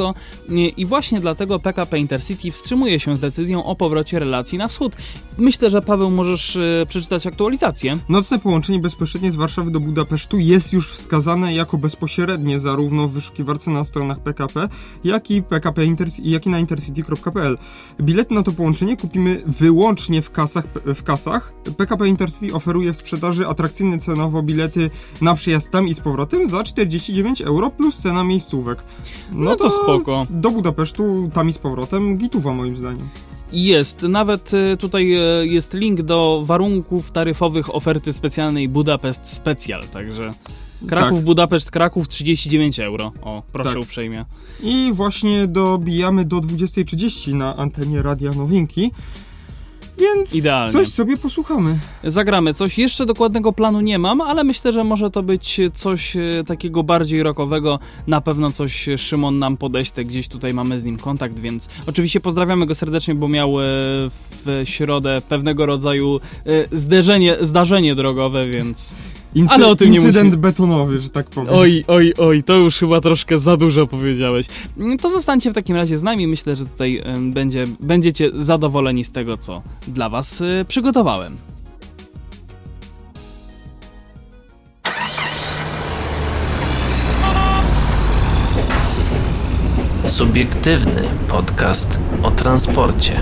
i właśnie dlatego PKP Intercity wstrzymuje się z decyzją o powrocie relacji na wschód. Myślę, że Paweł, możesz przeczytać aktualizację. Nocne połączenie bezpośrednie z Warszawy do Budapesztu jest już wskazane jako bezpośrednie zarówno w wyszukiwarce na stronach PKP, jak i na intercity.pl. Bilety na to połączenie kupimy wyłącznie w kasach. PKP Intercity oferuje w sprzedaży atrakcyjne cenowo bilety na przejazd tam i z powrotem za 49 euro plus cena miejscówek. No to spoko. Do Budapesztu tam i z powrotem gituwa moim zdaniem. Jest. Nawet tutaj jest link do warunków taryfowych oferty specjalnej Budapest Special, także Kraków, Budapeszt, Kraków 39 euro. O, proszę uprzejmie. I właśnie dobijamy do 20:30 na antenie Radia Nowinki. Więc idealnie. Coś sobie posłuchamy. Zagramy coś. Jeszcze dokładnego planu nie mam, ale myślę, że może to być coś takiego bardziej rockowego. Na pewno coś Szymon nam podeśle, gdzieś tutaj mamy z nim kontakt, więc oczywiście pozdrawiamy go serdecznie, bo miał w środę pewnego rodzaju zdarzenie drogowe, więc... ale o tym incydent betonowy, że tak powiem. Oj, to już chyba troszkę za dużo powiedziałeś. To zostańcie w takim razie z nami. Myślę, że tutaj będziecie zadowoleni z tego, co dla was przygotowałem. Subiektywny podcast o transporcie.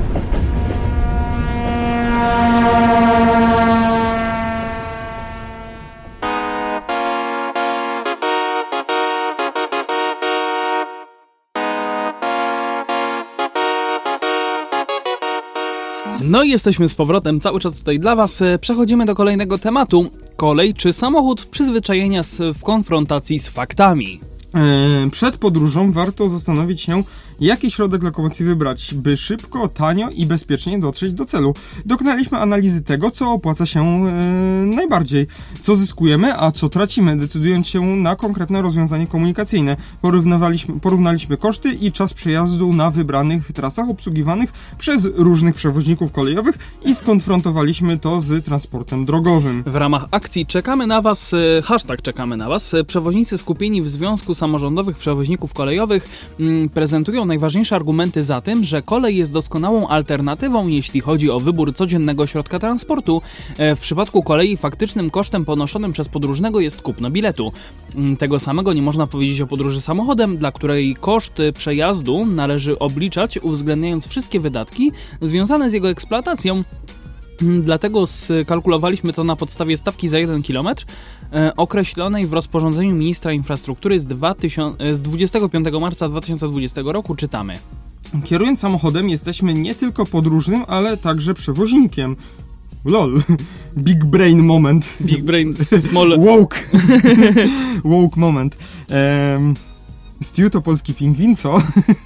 No i jesteśmy z powrotem, cały czas tutaj dla was. Przechodzimy do kolejnego tematu. Kolej czy samochód? Przyzwyczajenia w konfrontacji z faktami. Przed podróżą warto zastanowić się, jaki środek lokomocji wybrać, by szybko, tanio i bezpiecznie dotrzeć do celu. Dokonaliśmy analizy tego, co opłaca się najbardziej, co zyskujemy, a co tracimy, decydując się na konkretne rozwiązanie komunikacyjne. Porównaliśmy koszty i czas przejazdu na wybranych trasach obsługiwanych przez różnych przewoźników kolejowych i skonfrontowaliśmy to z transportem drogowym. W ramach akcji Czekamy na was, hashtag Czekamy na was, przewoźnicy skupieni w Związku Samorządowych Przewoźników Kolejowych prezentują najważniejsze argumenty za tym, że kolej jest doskonałą alternatywą, jeśli chodzi o wybór codziennego środka transportu. W przypadku kolei faktycznym kosztem ponoszonym przez podróżnego jest kupno biletu. Tego samego nie można powiedzieć o podróży samochodem, dla której koszt przejazdu należy obliczać, uwzględniając wszystkie wydatki związane z jego eksploatacją. Dlatego skalkulowaliśmy to na podstawie stawki za 1 km określonej w rozporządzeniu ministra infrastruktury z 25 marca 2020 roku. Czytamy. Kierując samochodem jesteśmy nie tylko podróżnym, ale także przewoźnikiem. Lol. Big brain moment. Big brain small... Woke. Woke moment. Stu to polski pingwin, co?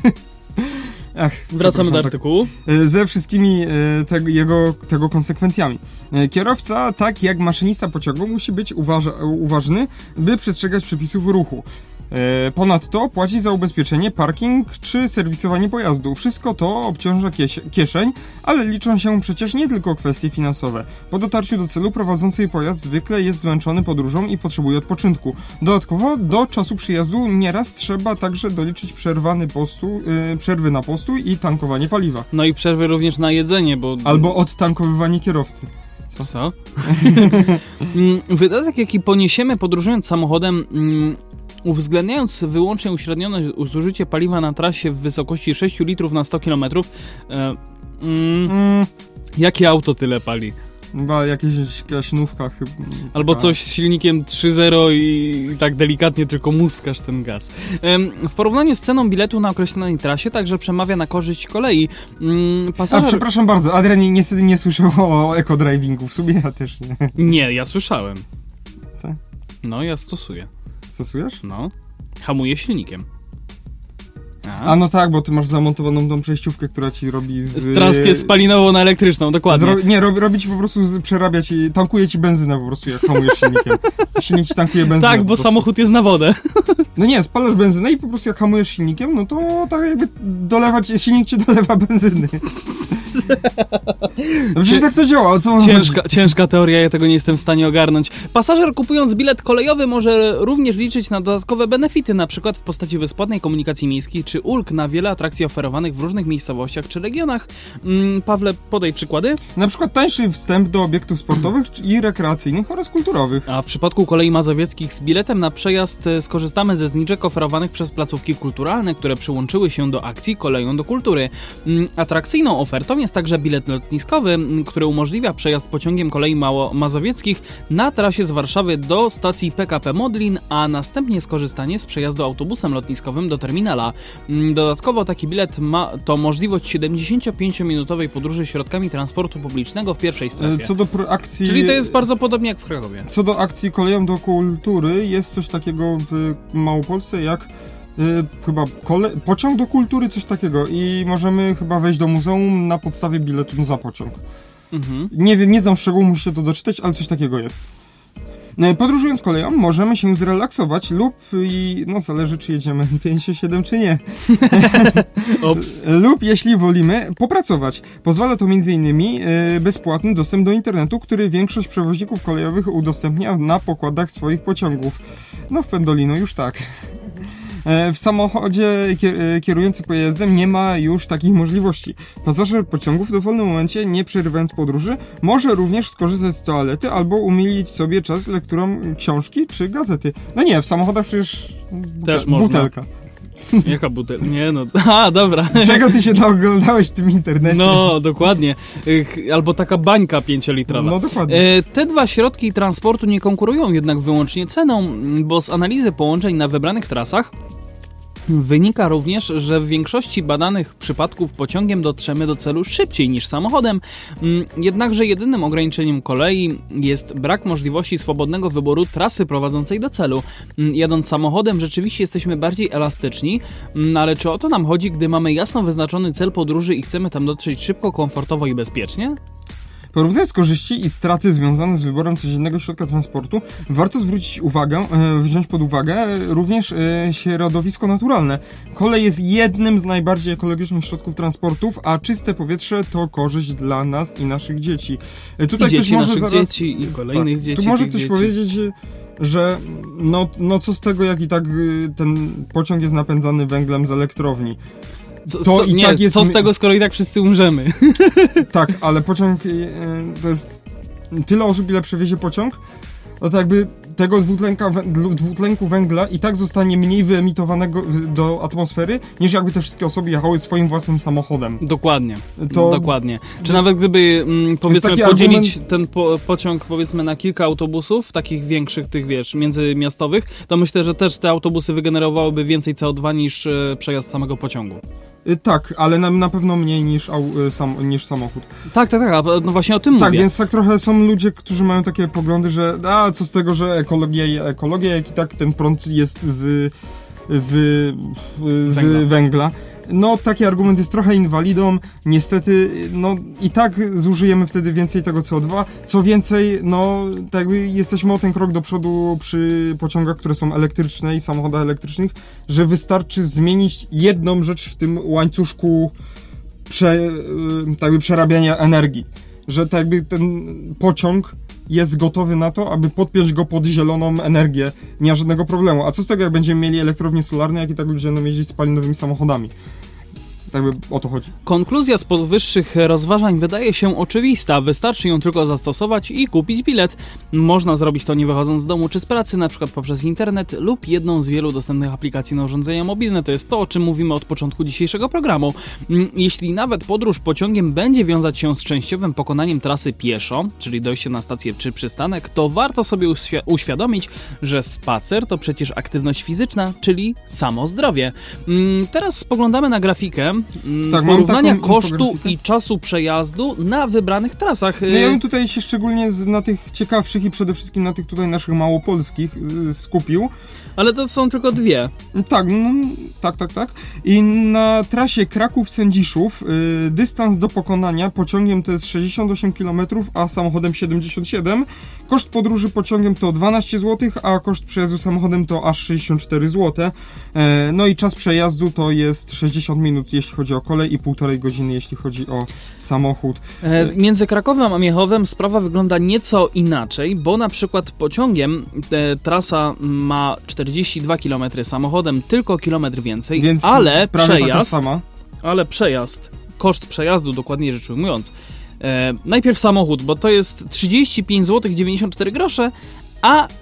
Wracamy do artykułu. Ze wszystkimi tego konsekwencjami. Kierowca, tak jak maszynista pociągu, musi być uważny, by przestrzegać przepisów ruchu. Ponadto płaci za ubezpieczenie, parking czy serwisowanie pojazdu. Wszystko to obciąża kieszeń, ale liczą się przecież nie tylko kwestie finansowe. Po dotarciu do celu prowadzący pojazd zwykle jest zmęczony podróżą i potrzebuje odpoczynku. Dodatkowo do czasu przyjazdu nieraz trzeba także doliczyć przerwy na postój i tankowanie paliwa. No i przerwy również na jedzenie, bo... Albo odtankowywanie kierowcy. Co? Wydatek, jaki poniesiemy podróżując samochodem... Uwzględniając wyłącznie uśrednione zużycie paliwa na trasie w wysokości 6 litrów na 100 km, jakie auto tyle pali? Chyba jakieś gaśnówka chyba. Albo coś z silnikiem 3.0 i tak delikatnie tylko muskasz ten gaz. W porównaniu z ceną biletu na określonej trasie także przemawia na korzyść kolei. Przepraszam bardzo, Adrian niestety nie słyszał o eco-drivingu, w sumie ja też nie. Nie, ja słyszałem. Tak? No, ja stosuję. Stosujesz? No. Hamuję silnikiem. No tak, bo ty masz zamontowaną tą przejściówkę, która ci robi z traskę spalinową na elektryczną, dokładnie. Robi ci po prostu przerabiać, tankuje ci benzynę po prostu, jak hamujesz silnikiem. Silnik ci tankuje benzynę. Tak, bo samochód jest na wodę. No nie, spalasz benzynę i po prostu jak hamujesz silnikiem, no to tak jakby silnik ci dolewa benzyny. No przecież tak to działa, o co ciężka teoria, ja tego nie jestem w stanie ogarnąć. Pasażer kupując bilet kolejowy może również liczyć na dodatkowe benefity, na przykład w postaci bezpłatnej komunikacji miejskiej czy ulg na wiele atrakcji oferowanych w różnych miejscowościach czy regionach. Pawle, podaj przykłady. Na przykład tańszy wstęp do obiektów sportowych i rekreacyjnych oraz kulturowych. A w przypadku kolei mazowieckich z biletem na przejazd skorzystamy ze zniżek oferowanych przez placówki kulturalne, które przyłączyły się do akcji Koleją do Kultury. Atrakcyjną ofertą jest jest także bilet lotniskowy, który umożliwia przejazd pociągiem kolei mazowieckich na trasie z Warszawy do stacji PKP Modlin, a następnie skorzystanie z przejazdu autobusem lotniskowym do terminala. Dodatkowo taki bilet ma to możliwość 75-minutowej podróży środkami transportu publicznego w pierwszej strefie. Co do akcji... Czyli to jest bardzo podobnie jak w Krakowie. Co do akcji Koleją do Kultury, jest coś takiego w Małopolsce jak chyba pociąg do kultury, coś takiego i możemy chyba wejść do muzeum na podstawie biletu za pociąg. Nie znam szczegółów, musicie to doczytać, ale coś takiego jest. Podróżując koleją możemy się zrelaksować lub, zależy czy jedziemy 57 czy nie, lub jeśli wolimy popracować. Pozwala to m.in. bezpłatny dostęp do internetu, który większość przewoźników kolejowych udostępnia na pokładach swoich pociągów. W Pendolino już tak. W samochodzie kierujący pojazdem nie ma już takich możliwości. Pasażer pociągu w dowolnym momencie, nie przerywając podróży, może również skorzystać z toalety albo umilić sobie czas lekturą książki czy gazety. Nie, w samochodach przecież też butelka. Jaka butelka? Nie dobra. Czego ty się naoglądałeś w tym internecie? Dokładnie. Albo taka bańka 5-litrowa. Dokładnie. Te dwa środki transportu nie konkurują jednak wyłącznie ceną, bo z analizy połączeń na wybranych trasach wynika również, że w większości badanych przypadków pociągiem dotrzemy do celu szybciej niż samochodem, jednakże jedynym ograniczeniem kolei jest brak możliwości swobodnego wyboru trasy prowadzącej do celu. Jadąc samochodem rzeczywiście jesteśmy bardziej elastyczni, ale czy o to nam chodzi, gdy mamy jasno wyznaczony cel podróży i chcemy tam dotrzeć szybko, komfortowo i bezpiecznie? Porównując korzyści i straty związane z wyborem codziennego środka transportu, warto wziąć pod uwagę również środowisko naturalne. Kolej jest jednym z najbardziej ekologicznych środków transportów, a czyste powietrze to korzyść dla nas i naszych dzieci. Tutaj dzieci ktoś może dzieci i kolejnych dzieci. Tu może ktoś powiedzieć, że co z tego, jak i tak ten pociąg jest napędzany węglem z elektrowni. Co z tego, skoro i tak wszyscy umrzemy? Tak, ale pociąg to jest tyle osób, ile przewiezie pociąg, to jakby tego dwutlenku węgla i tak zostanie mniej wyemitowanego do atmosfery, niż jakby te wszystkie osoby jechały swoim własnym samochodem. Dokładnie. Czy nawet gdyby powiedzmy podzielić ten pociąg powiedzmy na kilka autobusów, takich większych, tych międzymiastowych, to myślę, że też te autobusy wygenerowałyby więcej CO2 niż przejazd samego pociągu. Tak, ale na pewno mniej niż samochód. Tak, właśnie o tym mówię. Tak, więc tak trochę są ludzie, którzy mają takie poglądy, że co z tego, że ekologia, jak i tak ten prąd jest z węgla. Taki argument jest trochę inwalidą, niestety, i tak zużyjemy wtedy więcej tego CO2, co więcej, tak jakby jesteśmy o ten krok do przodu przy pociągach, które są elektryczne i samochodach elektrycznych, że wystarczy zmienić jedną rzecz w tym łańcuszku przerabiania energii, że tak jakby ten pociąg jest gotowy na to, aby podpiąć go pod zieloną energię, nie ma żadnego problemu. A co z tego, jak będziemy mieli elektrownie solarne, jak i tak ludzie będą jeździć spalinowymi samochodami? Tak by o to chodzi. Konkluzja z powyższych rozważań wydaje się oczywista. Wystarczy ją tylko zastosować i kupić bilet. Można zrobić to nie wychodząc z domu czy z pracy, na przykład poprzez internet lub jedną z wielu dostępnych aplikacji na urządzenia mobilne. To jest to, o czym mówimy od początku dzisiejszego programu. Jeśli nawet podróż pociągiem będzie wiązać się z częściowym pokonaniem trasy pieszo, czyli dojście na stację czy przystanek, to warto sobie uświadomić, że spacer to przecież aktywność fizyczna, czyli samo zdrowie. Teraz spoglądamy na grafikę porównania kosztu i czasu przejazdu na wybranych trasach. Ja bym tutaj się szczególnie na tych ciekawszych i przede wszystkim na tych tutaj naszych małopolskich skupił. Ale to są tylko dwie. Tak. I na trasie Kraków-Sędziszów dystans do pokonania pociągiem to jest 68 km, a samochodem 77. Koszt podróży pociągiem to 12 zł, a koszt przejazdu samochodem to aż 64 zł. I czas przejazdu to jest 60 minut, jeśli chodzi o kolej, i 1,5 godziny, jeśli chodzi o samochód. Między Krakowem a Miechowem sprawa wygląda nieco inaczej, bo na przykład pociągiem trasa ma 42 km, samochodem tylko kilometr więcej, więc ale przejazd, koszt przejazdu, dokładniej rzecz ujmując, najpierw samochód, bo to jest 35 zł 94 grosze, a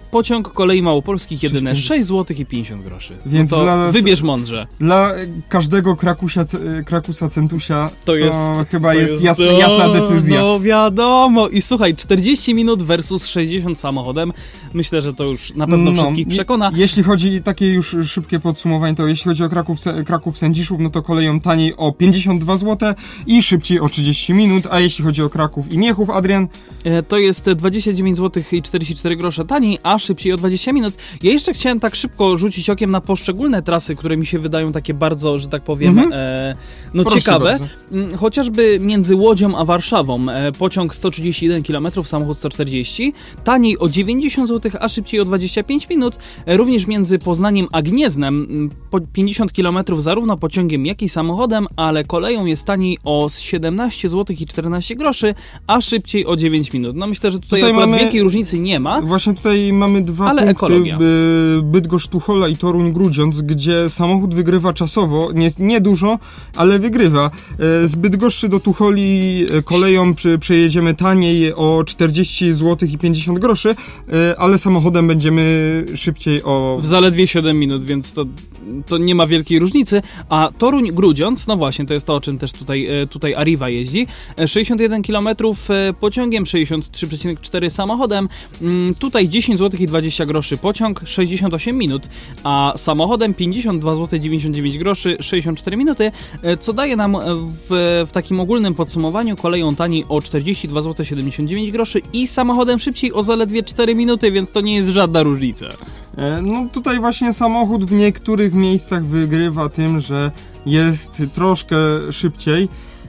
Pociąg kolei małopolskich jedyne 6 zł i 50 groszy. Więc no to wybierz mądrze. Dla każdego Krakusa Centusia to chyba jest jasna decyzja. No wiadomo. I słuchaj, 40 minut versus 60 samochodem. Myślę, że to już na pewno wszystkich przekona. Jeśli chodzi, takie już szybkie podsumowanie, to jeśli chodzi o Kraków Sędziszów, no to koleją taniej o 52 zł i szybciej o 30 minut, a jeśli chodzi o Kraków i Miechów, Adrian? To jest 29 zł i 44 grosze taniej, a szybciej o 20 minut. Ja jeszcze chciałem tak szybko rzucić okiem na poszczególne trasy, które mi się wydają takie bardzo, że tak powiem, ciekawe. Bardzo. Chociażby między Łodzią a Warszawą. Pociąg 131 km, samochód 140. Taniej o 90 zł, a szybciej o 25 minut. Również między Poznaniem a Gnieznem 50 km zarówno pociągiem, jak i samochodem, ale koleją jest taniej o 17 zł i 14 groszy, a szybciej o 9 minut. No myślę, że tutaj mamy wielkiej różnicy nie ma. Właśnie tutaj mamy dwa punkty, ekologia. Bydgoszcz-Tuchola i Toruń-Grudziądz, gdzie samochód wygrywa czasowo, nie dużo, ale wygrywa. Z Bydgoszczy do Tucholi koleją przejedziemy taniej o 40 zł i 50 groszy, ale samochodem będziemy szybciej o... W zaledwie 7 minut, więc to nie ma wielkiej różnicy, a Toruń-Grudziądz, no właśnie, to jest to, o czym też tutaj Arriva jeździ, 61 km pociągiem, 63,4 samochodem, tutaj 10 zł i 20 groszy pociąg, 68 minut, a samochodem 52 zł 99 groszy, 64 minuty, co daje nam w takim ogólnym podsumowaniu koleją taniej o 42 zł 79 groszy i samochodem szybciej o zaledwie 4 minuty, więc to nie jest żadna różnica. No tutaj właśnie samochód w niektórych miejscach wygrywa tym, że jest troszkę szybciej,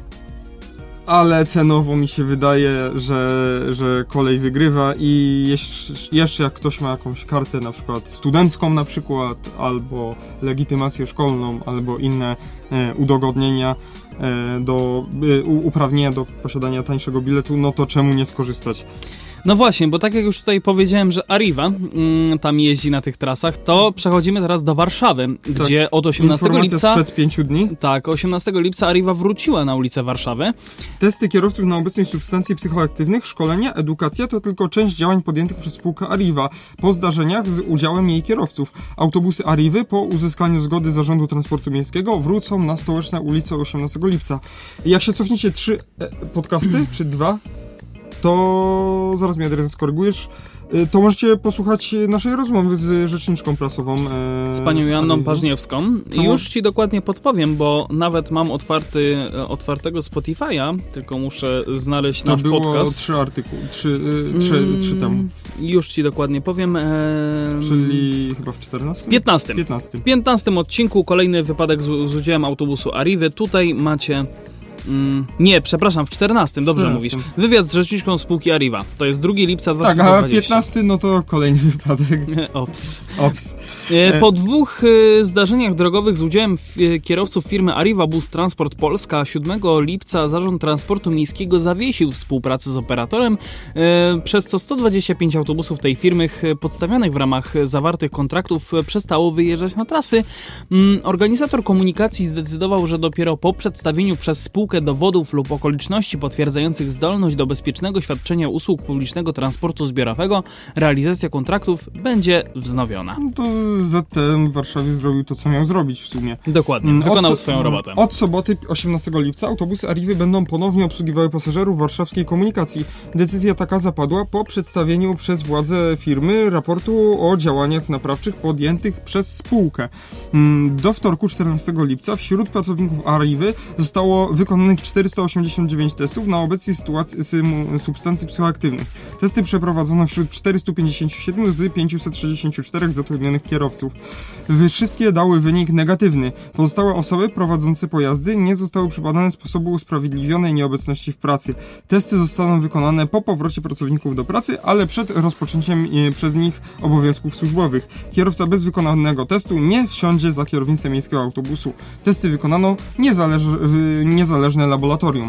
ale cenowo mi się wydaje, że kolej wygrywa i jeszcze jak ktoś ma jakąś kartę na przykład studencką na przykład, albo legitymację szkolną, albo inne udogodnienia, uprawnienia do posiadania tańszego biletu, no to czemu nie skorzystać? No właśnie, bo tak jak już tutaj powiedziałem, że Arriva tam jeździ na tych trasach, to przechodzimy teraz do Warszawy, gdzie od 18 lipca... sprzed 5 dni. Tak, 18 lipca Arriva wróciła na ulicę Warszawy. Testy kierowców na obecność substancji psychoaktywnych, szkolenia, edukacja to tylko część działań podjętych przez spółkę Arriva po zdarzeniach z udziałem jej kierowców. Autobusy Arrivy po uzyskaniu zgody Zarządu Transportu Miejskiego wrócą na stołeczne ulice 18 lipca. Jak się cofniecie 3 podcasty, czy 2, to zaraz mnie Adrian skorygujesz, to możecie posłuchać naszej rozmowy z rzeczniczką prasową. Z panią Joanną Paźniewską. I już ci dokładnie podpowiem, bo nawet mam otwartego Spotify'a, tylko muszę znaleźć nasz podcast. To było 3 artykuły, 3 temu. Już ci dokładnie powiem. Czyli chyba w 14? 15. W 15 odcinku kolejny wypadek z udziałem autobusu Arrivy. Tutaj macie... nie, przepraszam, w 14, dobrze mówisz. Wywiad z rzeczniczką spółki Arriva. To jest 2 lipca 2020. Tak, a 15 no to kolejny wypadek. Ops. Po 2 zdarzeniach drogowych z udziałem kierowców firmy Arriva Bus Transport Polska 7 lipca Zarząd Transportu Miejskiego zawiesił współpracę z operatorem, przez co 125 autobusów tej firmy podstawianych w ramach zawartych kontraktów przestało wyjeżdżać na trasy. Organizator komunikacji zdecydował, że dopiero po przedstawieniu przez spółkę dowodów lub okoliczności potwierdzających zdolność do bezpiecznego świadczenia usług publicznego transportu zbiorowego realizacja kontraktów będzie wznowiona. No to ZTM w Warszawie zrobił to, co miał zrobić w sumie. Dokładnie, wykonał swoją robotę. Od soboty 18 lipca autobusy Arrivy będą ponownie obsługiwały pasażerów warszawskiej komunikacji. Decyzja taka zapadła po przedstawieniu przez władze firmy raportu o działaniach naprawczych podjętych przez spółkę. Do wtorku 14 lipca wśród pracowników Arrivy zostało wykonanych 489 testów na obecnie substancji psychoaktywnych. Testy przeprowadzono wśród 457 z 564 zatrudnionych kierowców. Wszystkie dały wynik negatywny. Pozostałe osoby prowadzące pojazdy nie zostały przebadane z sposobu usprawiedliwionej nieobecności w pracy. Testy zostaną wykonane po powrocie pracowników do pracy, ale przed rozpoczęciem przez nich obowiązków służbowych. Kierowca bez wykonanego testu nie wsiądzie za kierownicę miejskiego autobusu. Testy wykonano niezależne laboratorium.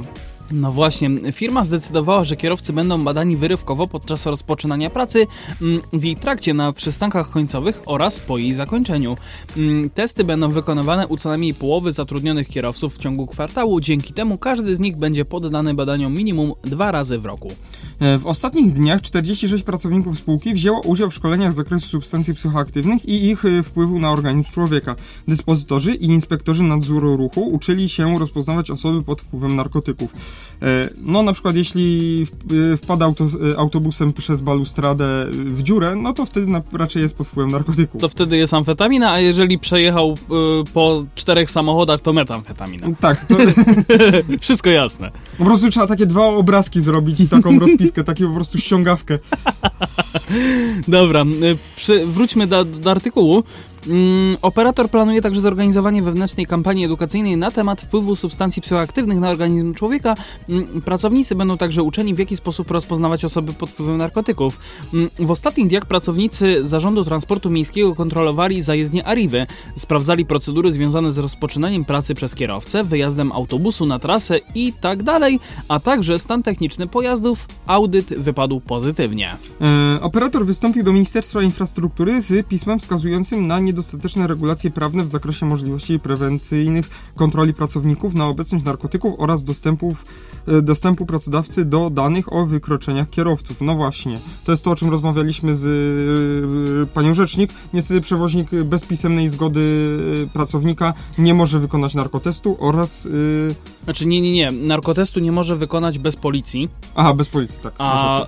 No właśnie, firma zdecydowała, że kierowcy będą badani wyrywkowo podczas rozpoczynania pracy, w jej trakcie na przystankach końcowych oraz po jej zakończeniu. Testy będą wykonywane u co najmniej połowy zatrudnionych kierowców w ciągu kwartału, dzięki temu każdy z nich będzie poddany badaniom minimum 2 razy w roku. W ostatnich dniach 46 pracowników spółki wzięło udział w szkoleniach z zakresu substancji psychoaktywnych i ich wpływu na organizm człowieka. Dyspozytorzy i inspektorzy nadzoru ruchu uczyli się rozpoznawać osoby pod wpływem narkotyków. No na przykład jeśli wpada autobusem przez balustradę w dziurę, no to wtedy raczej jest pod wpływem narkotyków. To wtedy jest amfetamina, a jeżeli przejechał po 4 samochodach, to metamfetamina. Tak. To... Wszystko jasne. Po prostu trzeba takie 2 obrazki zrobić i taką rozpiskę, taką po prostu ściągawkę. Dobra, wróćmy do artykułu. Operator planuje także zorganizowanie wewnętrznej kampanii edukacyjnej na temat wpływu substancji psychoaktywnych na organizm człowieka. Pracownicy będą także uczeni, w jaki sposób rozpoznawać osoby pod wpływem narkotyków. W ostatnich dniach pracownicy Zarządu Transportu Miejskiego kontrolowali zajezdnię Arrivy, sprawdzali procedury związane z rozpoczynaniem pracy przez kierowcę, wyjazdem autobusu na trasę i tak dalej, a także stan techniczny pojazdów. Audyt wypadł pozytywnie. Operator wystąpił do Ministerstwa Infrastruktury z pismem wskazującym na niedostateczne regulacje prawne w zakresie możliwości prewencyjnych kontroli pracowników na obecność narkotyków oraz dostępu pracodawcy do danych o wykroczeniach kierowców. No właśnie, to jest to, o czym rozmawialiśmy z panią rzecznik. Niestety przewoźnik bez pisemnej zgody pracownika nie może wykonać narkotestu oraz... Znaczy nie. Narkotestu nie może wykonać bez policji. Aha, bez policji, tak. A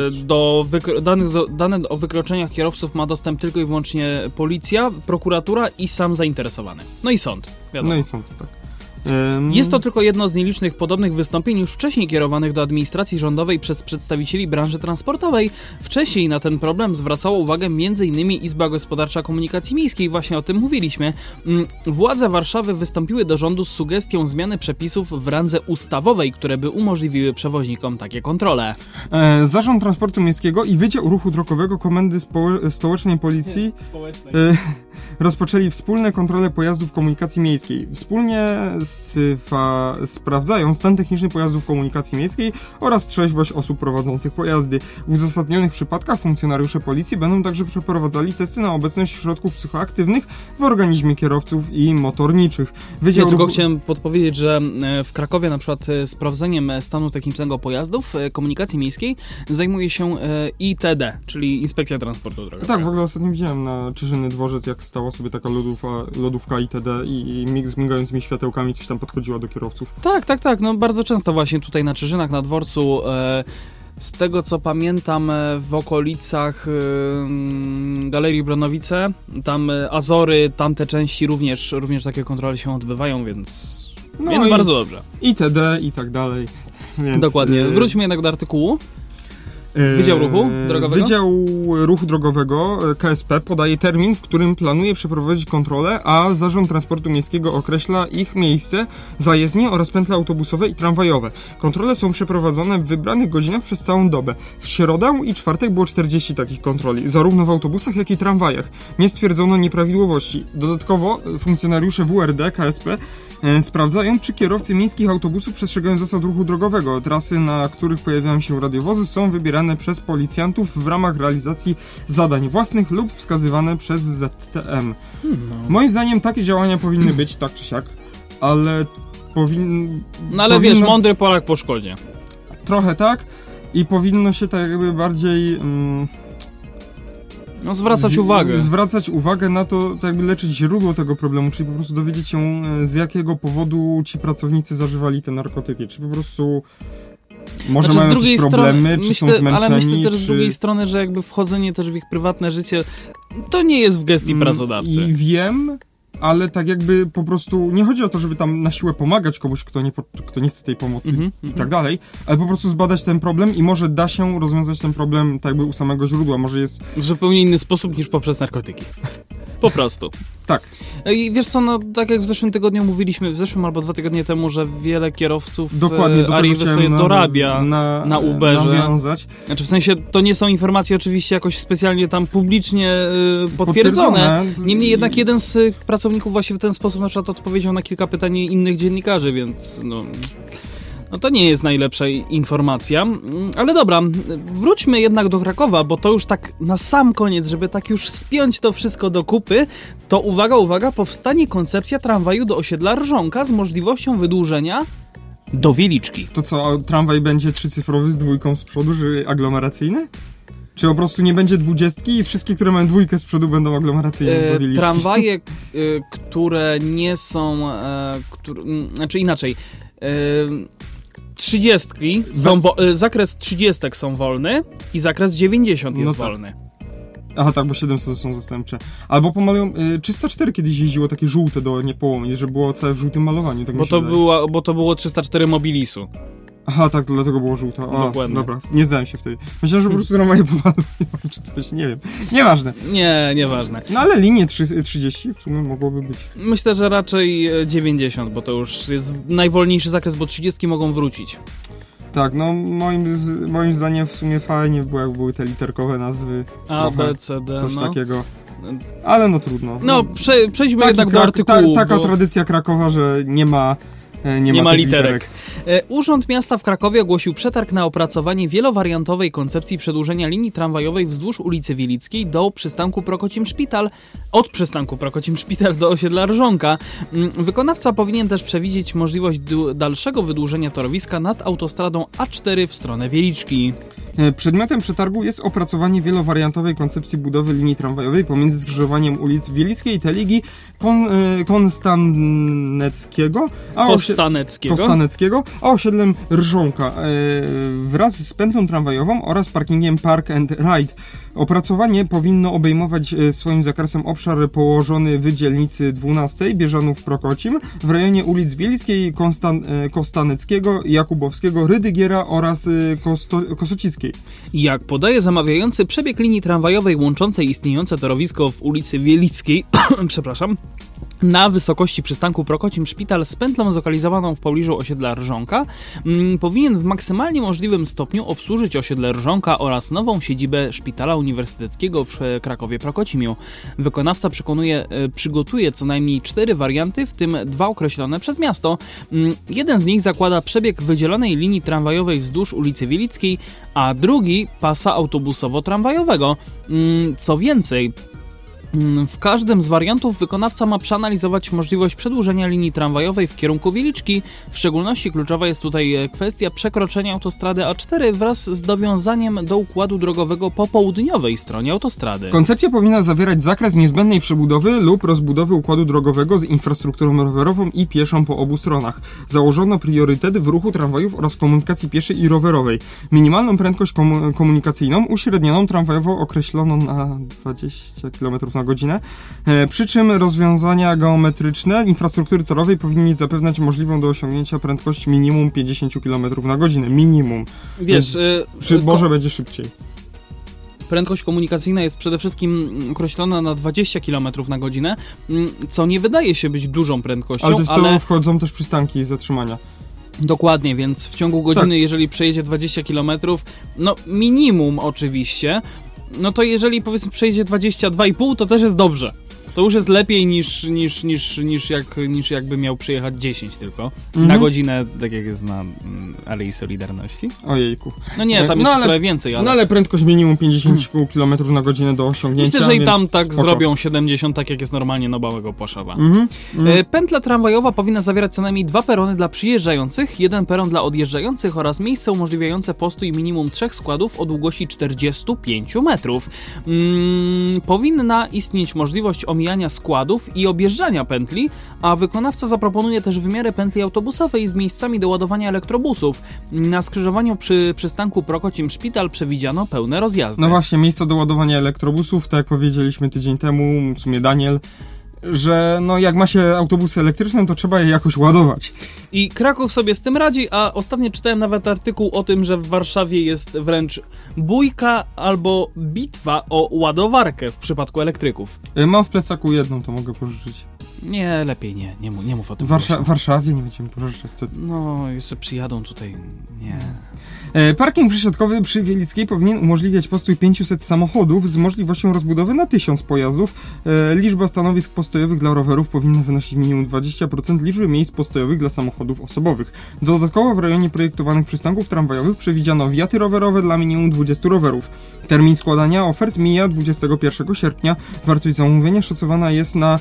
dane o wykroczeniach kierowców ma dostęp tylko i wyłącznie policja, prokuratura i sam zainteresowany. No i sąd, wiadomo. No i sąd, tak. Jest to tylko jedno z nielicznych podobnych wystąpień już wcześniej kierowanych do administracji rządowej przez przedstawicieli branży transportowej. Wcześniej na ten problem zwracała uwagę m.in. Izba Gospodarcza Komunikacji Miejskiej, właśnie o tym mówiliśmy. Władze Warszawy wystąpiły do rządu z sugestią zmiany przepisów w randze ustawowej, które by umożliwiły przewoźnikom takie kontrole. Zarząd Transportu Miejskiego i Wydział Ruchu Drogowego Komendy Stołecznej Policji rozpoczęli wspólne kontrole pojazdów komunikacji miejskiej. Wspólnie sprawdzają stan techniczny pojazdów komunikacji miejskiej oraz trzeźwość osób prowadzących pojazdy. W uzasadnionych przypadkach funkcjonariusze policji będą także przeprowadzali testy na obecność środków psychoaktywnych w organizmie kierowców i motorniczych. Tylko chciałem podpowiedzieć, że w Krakowie na przykład sprawdzeniem stanu technicznego pojazdów komunikacji miejskiej zajmuje się ITD, czyli Inspekcja Transportu Drogowego. Tak, w ogóle ostatnio widziałem na Czyżyny dworzec, jak stała sobie taka lodówka ITD i z migającymi światełkami coś tam podchodziła do kierowców. Tak, no bardzo często właśnie tutaj na Czyżynach, na dworcu, z tego co pamiętam w okolicach Galerii Bronowice, tam Azory, tamte części również takie kontrole się odbywają, więc bardzo dobrze. ITD i tak dalej. Więc, dokładnie. Wróćmy jednak do artykułu. Wydział Ruchu Drogowego? Wydział Ruchu Drogowego KSP podaje termin, w którym planuje przeprowadzić kontrolę, a Zarząd Transportu Miejskiego określa ich miejsce, zajezdnie oraz pętle autobusowe i tramwajowe. Kontrole są przeprowadzone w wybranych godzinach przez całą dobę. W środę i czwartek było 40 takich kontroli, zarówno w autobusach, jak i tramwajach. Nie stwierdzono nieprawidłowości. Dodatkowo funkcjonariusze WRD KSP sprawdzają, czy kierowcy miejskich autobusów przestrzegają zasad ruchu drogowego. Trasy, na których pojawiają się radiowozy, są wybierane przez policjantów w ramach realizacji zadań własnych lub wskazywane przez ZTM. Moim zdaniem takie działania powinny być tak czy siak, ale wiesz, mądry Polak po szkodzie. Trochę tak i powinno się tak jakby bardziej... zwracać uwagę na to, tak jakby leczyć źródło tego problemu, czyli po prostu dowiedzieć się, z jakiego powodu ci pracownicy zażywali te narkotyki, czy po prostu może mają jakieś problemy, czy są zmęczeni, ale myślę też z drugiej strony, że jakby wchodzenie też w ich prywatne życie to nie jest w gestii pracodawcy. I wiem, ale tak jakby po prostu nie chodzi o to, żeby tam na siłę pomagać komuś, kto nie chce tej pomocy i tak dalej, ale po prostu zbadać ten problem i może da się rozwiązać ten problem tak jakby u samego źródła, może jest... W zupełnie inny sposób niż poprzez narkotyki. Po prostu. Tak. I wiesz co, no tak jak w zeszłym tygodniu mówiliśmy, w zeszłym albo 2 tygodnie temu, że wiele kierowców Arrivy sobie dorabia na Uberze. Nawiązać. Znaczy w sensie to nie są informacje oczywiście jakoś specjalnie tam publicznie potwierdzone. Niemniej jednak jeden z pracowników właśnie w ten sposób na przykład odpowiedział na kilka pytań innych dziennikarzy, więc no... No to nie jest najlepsza informacja, ale dobra, wróćmy jednak do Krakowa, bo to już tak na sam koniec, żeby tak już spiąć to wszystko do kupy, to uwaga, powstanie koncepcja tramwaju do osiedla Rzonka z możliwością wydłużenia do Wieliczki. To co, tramwaj będzie 3-cyfrowy z 2 z przodu, że aglomeracyjny? Czy po prostu nie będzie 20 i wszystkie, które mają 2 z przodu, będą aglomeracyjne do Wieliczki? Tramwaje, które nie są... znaczy inaczej... 30 są zakres 30 są wolny i zakres 90 jest wolny. Aha, tak, bo 700 są zastępcze. Albo pomalują... 304 kiedyś jeździło takie żółte do niepołomie, że było całe w żółtym malowaniu. Tak bo to było 304 Mobilisu. Aha, tak, dlatego było żółte. Dokładnie. Dobra, nie zdałem się wtedy. Myślałem, że po prostu tramwaje pomalują, czy coś, nie wiem. Nieważne. Nieważne. No ale linie 30 w sumie mogłoby być. Myślę, że raczej 90, bo to już jest najwolniejszy zakres, bo 30 mogą wrócić. Tak, no moim zdaniem w sumie fajnie było, jak były te literkowe nazwy. A, B, C, D, coś takiego. Ale no trudno. No, przejdźmy jednak do artykułu. Taka tradycja Krakowa, że nie ma literek. Urząd Miasta w Krakowie ogłosił przetarg na opracowanie wielowariantowej koncepcji przedłużenia linii tramwajowej wzdłuż ulicy Wielickiej do przystanku Prokocim-Szpital, od przystanku Prokocim-Szpital do osiedla Rzonka. Wykonawca powinien też przewidzieć możliwość dalszego wydłużenia torowiska nad autostradą A4 w stronę Wieliczki. Przedmiotem przetargu jest opracowanie wielowariantowej koncepcji budowy linii tramwajowej pomiędzy skrzyżowaniem ulic Wielickiej i Teligi, Kostaneckiego, a osiedlem Rzonka wraz z pętlą tramwajową oraz parkingiem Park and Ride. Opracowanie powinno obejmować swoim zakresem obszar położony w dzielnicy 12 Bieżanów-Prokocim w rejonie ulic Wielickiej, Kostaneckiego, Jakubowskiego, Rydygiera oraz Kosocickiej. Jak podaje zamawiający, przebieg linii tramwajowej łączącej istniejące torowisko w ulicy Wielickiej na wysokości przystanku Prokocim-Szpital z pętlą zlokalizowaną w pobliżu osiedla Rzonka powinien w maksymalnie możliwym stopniu obsłużyć osiedle Rzonka oraz nową siedzibę Szpitala Uniwersyteckiego w Krakowie-Prokocimiu. Wykonawca przygotuje co najmniej 4 warianty, w tym 2 określone przez miasto. Jeden z nich zakłada przebieg wydzielonej linii tramwajowej wzdłuż ulicy Wielickiej, a drugi pasa autobusowo-tramwajowego. Co więcej, w każdym z wariantów wykonawca ma przeanalizować możliwość przedłużenia linii tramwajowej w kierunku Wieliczki. W szczególności kluczowa jest tutaj kwestia przekroczenia autostrady A4 wraz z dowiązaniem do układu drogowego po południowej stronie autostrady. Koncepcja powinna zawierać zakres niezbędnej przebudowy lub rozbudowy układu drogowego z infrastrukturą rowerową i pieszą po obu stronach. Założono priorytet w ruchu tramwajów oraz komunikacji pieszej i rowerowej. Minimalną prędkość komunikacyjną uśrednioną tramwajowo określono na 20 km na godzinę, przy czym rozwiązania geometryczne infrastruktury torowej powinny zapewniać możliwą do osiągnięcia prędkość minimum 50 km na godzinę. Minimum. Wiesz, może będzie szybciej. Prędkość komunikacyjna jest przede wszystkim określona na 20 km na godzinę, co nie wydaje się być dużą prędkością, ale w to wchodzą też przystanki i zatrzymania. Dokładnie, więc w ciągu godziny, jeżeli przejedzie 20 km, no minimum oczywiście, no to jeżeli powiedzmy przejdzie 22,5, to też jest dobrze. To już jest lepiej niż jakby miał przejechać 10 tylko na godzinę, tak jak jest na Alei Solidarności. Ojejku. No nie, tam jest trochę więcej, ale... No ale prędkość minimum 50 km na godzinę do osiągnięcia. Myślę, że i tam tak zrobią 70, tak jak jest normalnie na Małego Płaszowa. Pętla tramwajowa powinna zawierać co najmniej 2 perony dla przyjeżdżających, 1 peron dla odjeżdżających oraz miejsce umożliwiające postój minimum 3 składów o długości 45 metrów. Powinna istnieć możliwość omijania składów i objeżdżania pętli, a wykonawca zaproponuje też wymiarę pętli autobusowej z miejscami do ładowania elektrobusów. Na skrzyżowaniu przy przystanku Prokocim-Szpital przewidziano pełne rozjazdy. No właśnie, miejsca do ładowania elektrobusów, tak jak powiedzieliśmy tydzień temu, w sumie Daniel, że no jak ma się autobusy elektryczne, to trzeba je jakoś ładować. I Kraków sobie z tym radzi, a ostatnio czytałem nawet artykuł o tym, że w Warszawie jest wręcz bójka albo bitwa o ładowarkę w przypadku elektryków. Mam w plecaku jedną, to mogę pożyczyć. Nie, lepiej nie mów o tym. W Warszawie nie będziemy pożyczać. No, jeszcze przyjadą tutaj. Nie. Parking przysiadkowy przy Wielickiej powinien umożliwiać postój 500 samochodów z możliwością rozbudowy na 1000 pojazdów. Liczba stanowisk postojowych dla rowerów powinna wynosić minimum 20% liczby miejsc postojowych dla samochodów osobowych. Dodatkowo w rejonie projektowanych przystanków tramwajowych przewidziano wjaty rowerowe dla minimum 20 rowerów. Termin składania ofert mija 21 sierpnia. Wartość zamówienia szacowana jest na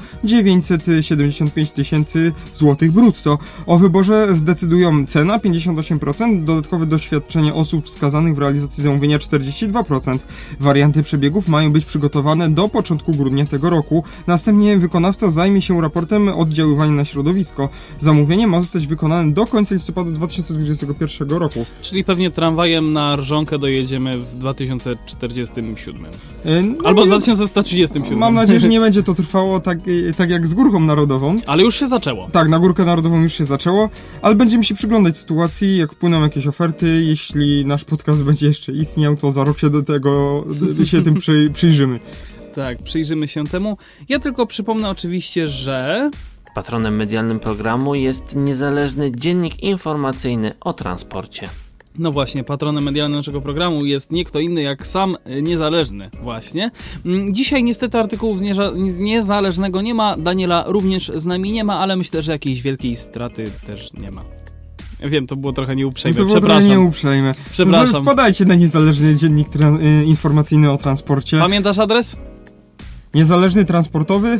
975 000 złotych brutto. O wyborze zdecydują cena 58%, dodatkowe doświadczenie osób wskazanych w realizacji zamówienia 42%. Warianty przebiegów mają być przygotowane do początku grudnia tego roku. Następnie wykonawca zajmie się raportem oddziaływania na środowisko. Zamówienie ma zostać wykonane do końca listopada 2021 roku. Czyli pewnie tramwajem na Rzonkę dojedziemy w 2047. Albo 2137. Mam nadzieję, że nie będzie to trwało tak jak z Górką Narodową. Ale już się zaczęło. Tak, na Górkę Narodową już się zaczęło, ale będziemy się przyglądać sytuacji, jak wpłyną jakieś oferty. Jeśli nasz podcast będzie jeszcze istniał, to za rok się do tego się tym przyjrzymy. Tak, przyjrzymy się temu. Ja tylko przypomnę oczywiście, że patronem medialnym programu jest niezależny dziennik informacyjny o transporcie. No właśnie, patronem medialnym naszego programu jest nie kto inny jak sam Niezależny właśnie. Dzisiaj niestety artykułów z Niezależnego nie ma, Daniela również z nami nie ma, ale myślę, że jakiejś wielkiej straty też nie ma. Wiem, to było trochę nieuprzejme, Przepraszam. Wpadajcie na niezależny dziennik informacyjny o transporcie. Pamiętasz adres? Niezależny transportowy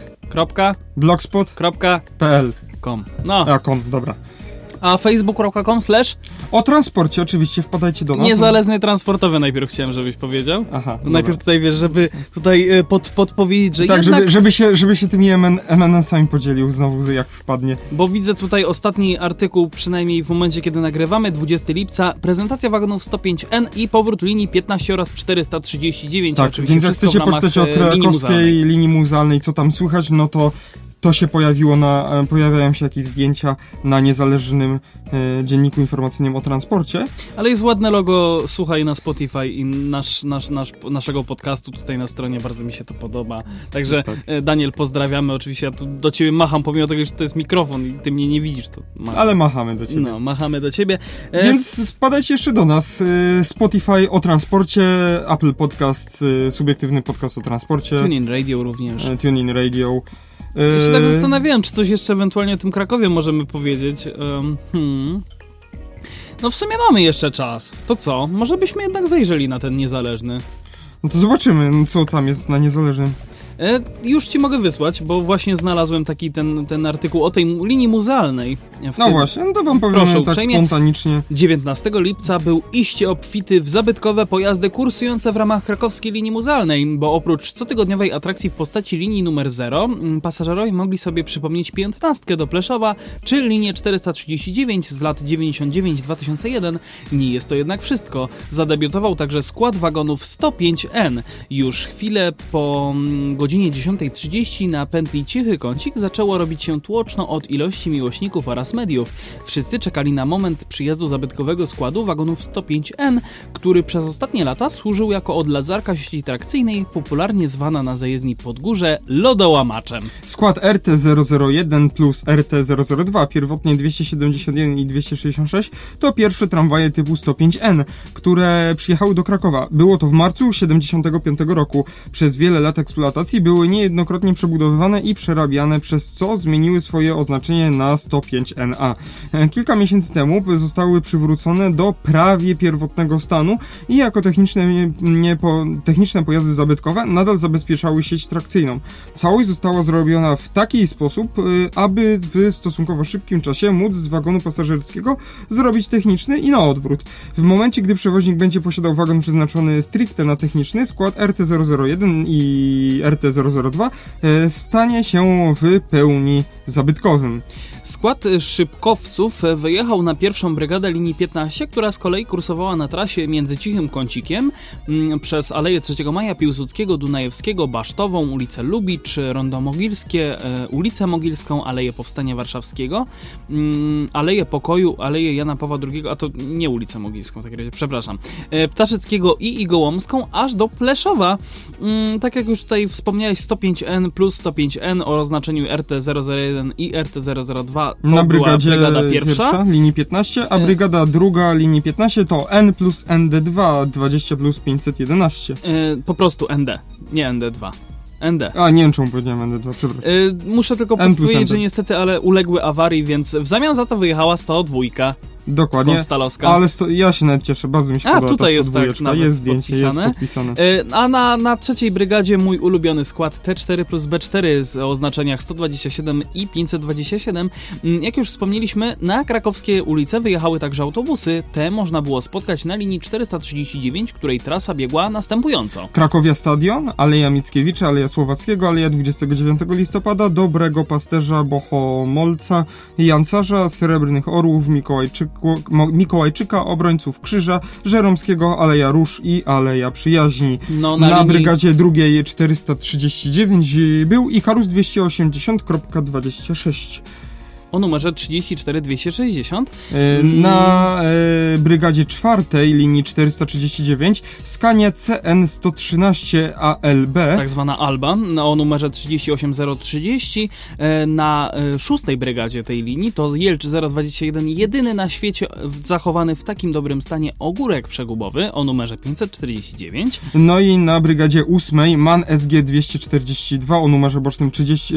blogspot.pl. No. .com, dobra. A facebook.com/ O transporcie oczywiście, wpadajcie do nas. Niezależny transportowy najpierw chciałem, żebyś powiedział. Aha. Najpierw tutaj wiesz, żeby tutaj podpowiedzieć, że tak, jednak... żeby się tymi M&M-sami podzielił znowu, jak wpadnie. Bo widzę tutaj ostatni artykuł, przynajmniej w momencie, kiedy nagrywamy, 20 lipca, prezentacja wagonów 105N i powrót linii 15 oraz 439. Tak, więc jak chcecie poczytać o krakowskiej linii muzealnej, co tam słychać, no to się pojawiają się jakieś zdjęcia na niezależnym dzienniku informacyjnym o transporcie. Ale jest ładne logo, słuchaj, na Spotify i naszego podcastu tutaj na stronie, bardzo mi się to podoba. Także tak. Daniel, pozdrawiamy, oczywiście ja tu do ciebie macham, pomimo tego, że to jest mikrofon i ty mnie nie widzisz. To ale machamy do ciebie. No, machamy do ciebie. Więc spadajcie jeszcze do nas. Spotify o transporcie, Apple Podcast, subiektywny podcast o transporcie. TuneIn Radio również. TuneIn Radio. Ja się tak zastanawiałem, czy coś jeszcze ewentualnie o tym Krakowie możemy powiedzieć. No w sumie mamy jeszcze czas. To co? Może byśmy jednak zajrzeli na ten Niezależny. No to zobaczymy, co tam jest na Niezależnym. Już ci mogę wysłać, bo właśnie znalazłem taki ten artykuł o tej linii muzealnej. No właśnie, no to wam powiem tak spontanicznie. 19 lipca był iście obfity w zabytkowe pojazdy kursujące w ramach krakowskiej linii muzealnej, bo oprócz cotygodniowej atrakcji w postaci linii numer 0, pasażerowie mogli sobie przypomnieć 15 do Pleszowa, czy linię 439 z lat 99-2001. Nie jest to jednak wszystko. Zadebiutował także skład wagonów 105N. Już chwilę po godzinie 10:30 na pętli Cichy Kącik zaczęło robić się tłoczno od ilości miłośników oraz mediów. Wszyscy czekali na moment przyjazdu zabytkowego składu wagonów 105N, który przez ostatnie lata służył jako odladzarka sieci trakcyjnej, popularnie zwana na zajezdni Podgórze lodołamaczem. Skład RT001 plus RT002, pierwotnie 271 i 266, to pierwsze tramwaje typu 105N, które przyjechały do Krakowa. Było to w marcu 1975 roku. Przez wiele lat eksploatacji były niejednokrotnie przebudowywane i przerabiane, przez co zmieniły swoje oznaczenie na 105NA. Kilka miesięcy temu zostały przywrócone do prawie pierwotnego stanu i jako techniczne pojazdy zabytkowe nadal zabezpieczały sieć trakcyjną. Całość została zrobiona w taki sposób, aby w stosunkowo szybkim czasie móc z wagonu pasażerskiego zrobić techniczny i na odwrót. W momencie, gdy przewoźnik będzie posiadał wagon przeznaczony stricte na techniczny, skład RT001 i RT002 stanie się w pełni zabytkowym. Skład szybkowców wyjechał na pierwszą brygadę linii 15, która z kolei kursowała na trasie między Cichym Kącikiem przez Aleję 3 Maja, Piłsudskiego, Dunajewskiego, Basztową, ulicę Lubicz, Rondo Mogilskie, ulicę Mogilską, Aleję Powstania Warszawskiego, Aleję Pokoju, Aleję Jana Pawła II, a to nie ulicę Mogilską, tak razie, przepraszam, Ptaszyckiego i Igołomską, aż do Pleszowa. Tak jak już tutaj wspomniałeś, 105N plus 105N o oznaczeniu RT001 i RT002 to na brygadzie była brygada pierwsza linii 15, a brygada druga linii 15 to N plus ND2 20 plus 511. Po prostu ND, nie ND2. ND. A, nie wiem czemu powiedziałem ND2, przepraszam. Muszę tylko powiedzieć, że niestety, ale uległy awarii, więc w zamian za to wyjechała 102. Dokładnie, Konstalowska. ale ja się nawet cieszę, bardzo mi się podoba tutaj ta 102. jest, tak, jest zdjęcie, podpisane. jest podpisane. A na trzeciej brygadzie mój ulubiony skład T4 plus B4 z o oznaczeniach 127 i 527. Jak już wspomnieliśmy, na krakowskie ulice wyjechały także autobusy. Te można było spotkać na linii 439, której trasa biegła następująco. Krakowia Stadion, Aleja Mickiewicza, Aleja Słowackiego, Aleja 29 listopada, Dobrego Pasterza, Bohomolca, Jancarza, Srebrnych Orłów, Mikołajczyka, Obrońców Krzyża, Żeromskiego, Aleja Róż i Aleja Przyjaźni. Na brygadzie drugiej 439 był Ikarus 280.26. O numerze 34260. Na brygadzie czwartej linii 439 Scania CN 113 ALB. Tak zwana Alba, o numerze 38030. Na szóstej brygadzie tej linii to Jelcz 021, jedyny na świecie zachowany w takim dobrym stanie ogórek przegubowy o numerze 549. No i na brygadzie ósmej MAN SG 242 o numerze bocznym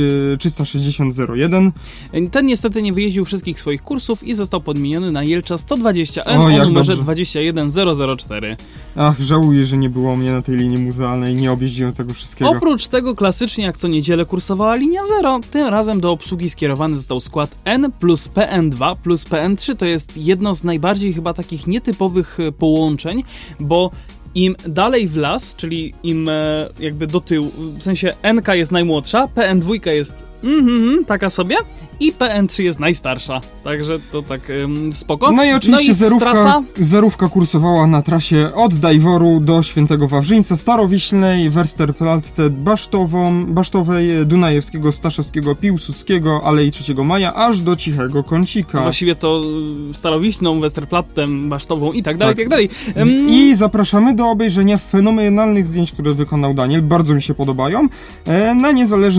36001. Ten niestety nie wyjeździł wszystkich swoich kursów i został podmieniony na Jelcza 120N o numerze 21004. Ach, żałuję, że nie było mnie na tej linii muzealnej, nie objeździłem tego wszystkiego. Oprócz tego klasycznie jak co niedzielę kursowała linia 0, tym razem do obsługi skierowany został skład N plus PN2 plus PN3. To jest jedno z najbardziej chyba takich nietypowych połączeń, bo im dalej w las, czyli im jakby do tyłu, w sensie NK jest najmłodsza, PN2 jest taka sobie i PN3 jest najstarsza, także to tak spoko. No i oczywiście zerówka kursowała na trasie od Dajworu do Świętego Wawrzyńca, Starowiślnej, Westerplatte, Basztowej, Dunajewskiego, Staszewskiego, Piłsudskiego, Alei 3 Maja, aż do Cichego Kącika. Właściwie to Starowiślną, Westerplattem, Basztową i tak dalej, tak dalej. I zapraszamy do obejrzenia fenomenalnych zdjęć, które wykonał Daniel, bardzo mi się podobają, na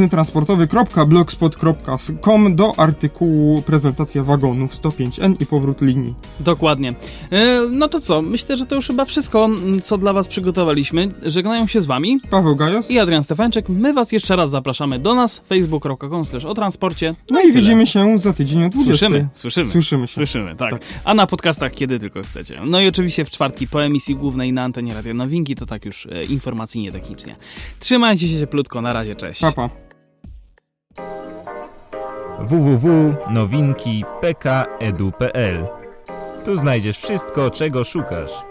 niezależnytransportowy.blogspot.com do artykułu prezentacja wagonów 105N i powrót linii. Dokładnie. No to co? Myślę, że to już chyba wszystko, co dla was przygotowaliśmy. Żegnają się z wami Paweł Gajos i Adrian Stefańczyk. My was jeszcze raz zapraszamy do nas, facebook.com/otransporcie. No i widzimy się za tydzień o 20. Słyszymy, tak. A na podcastach kiedy tylko chcecie. No i oczywiście w czwartki po emisji głównej na antenie Radio Nowinki, to tak już informacyjnie, technicznie. Trzymajcie się cieplutko, na razie, cześć. Pa, pa. www.nowinki.pk.edu.pl. Tu znajdziesz wszystko, czego szukasz.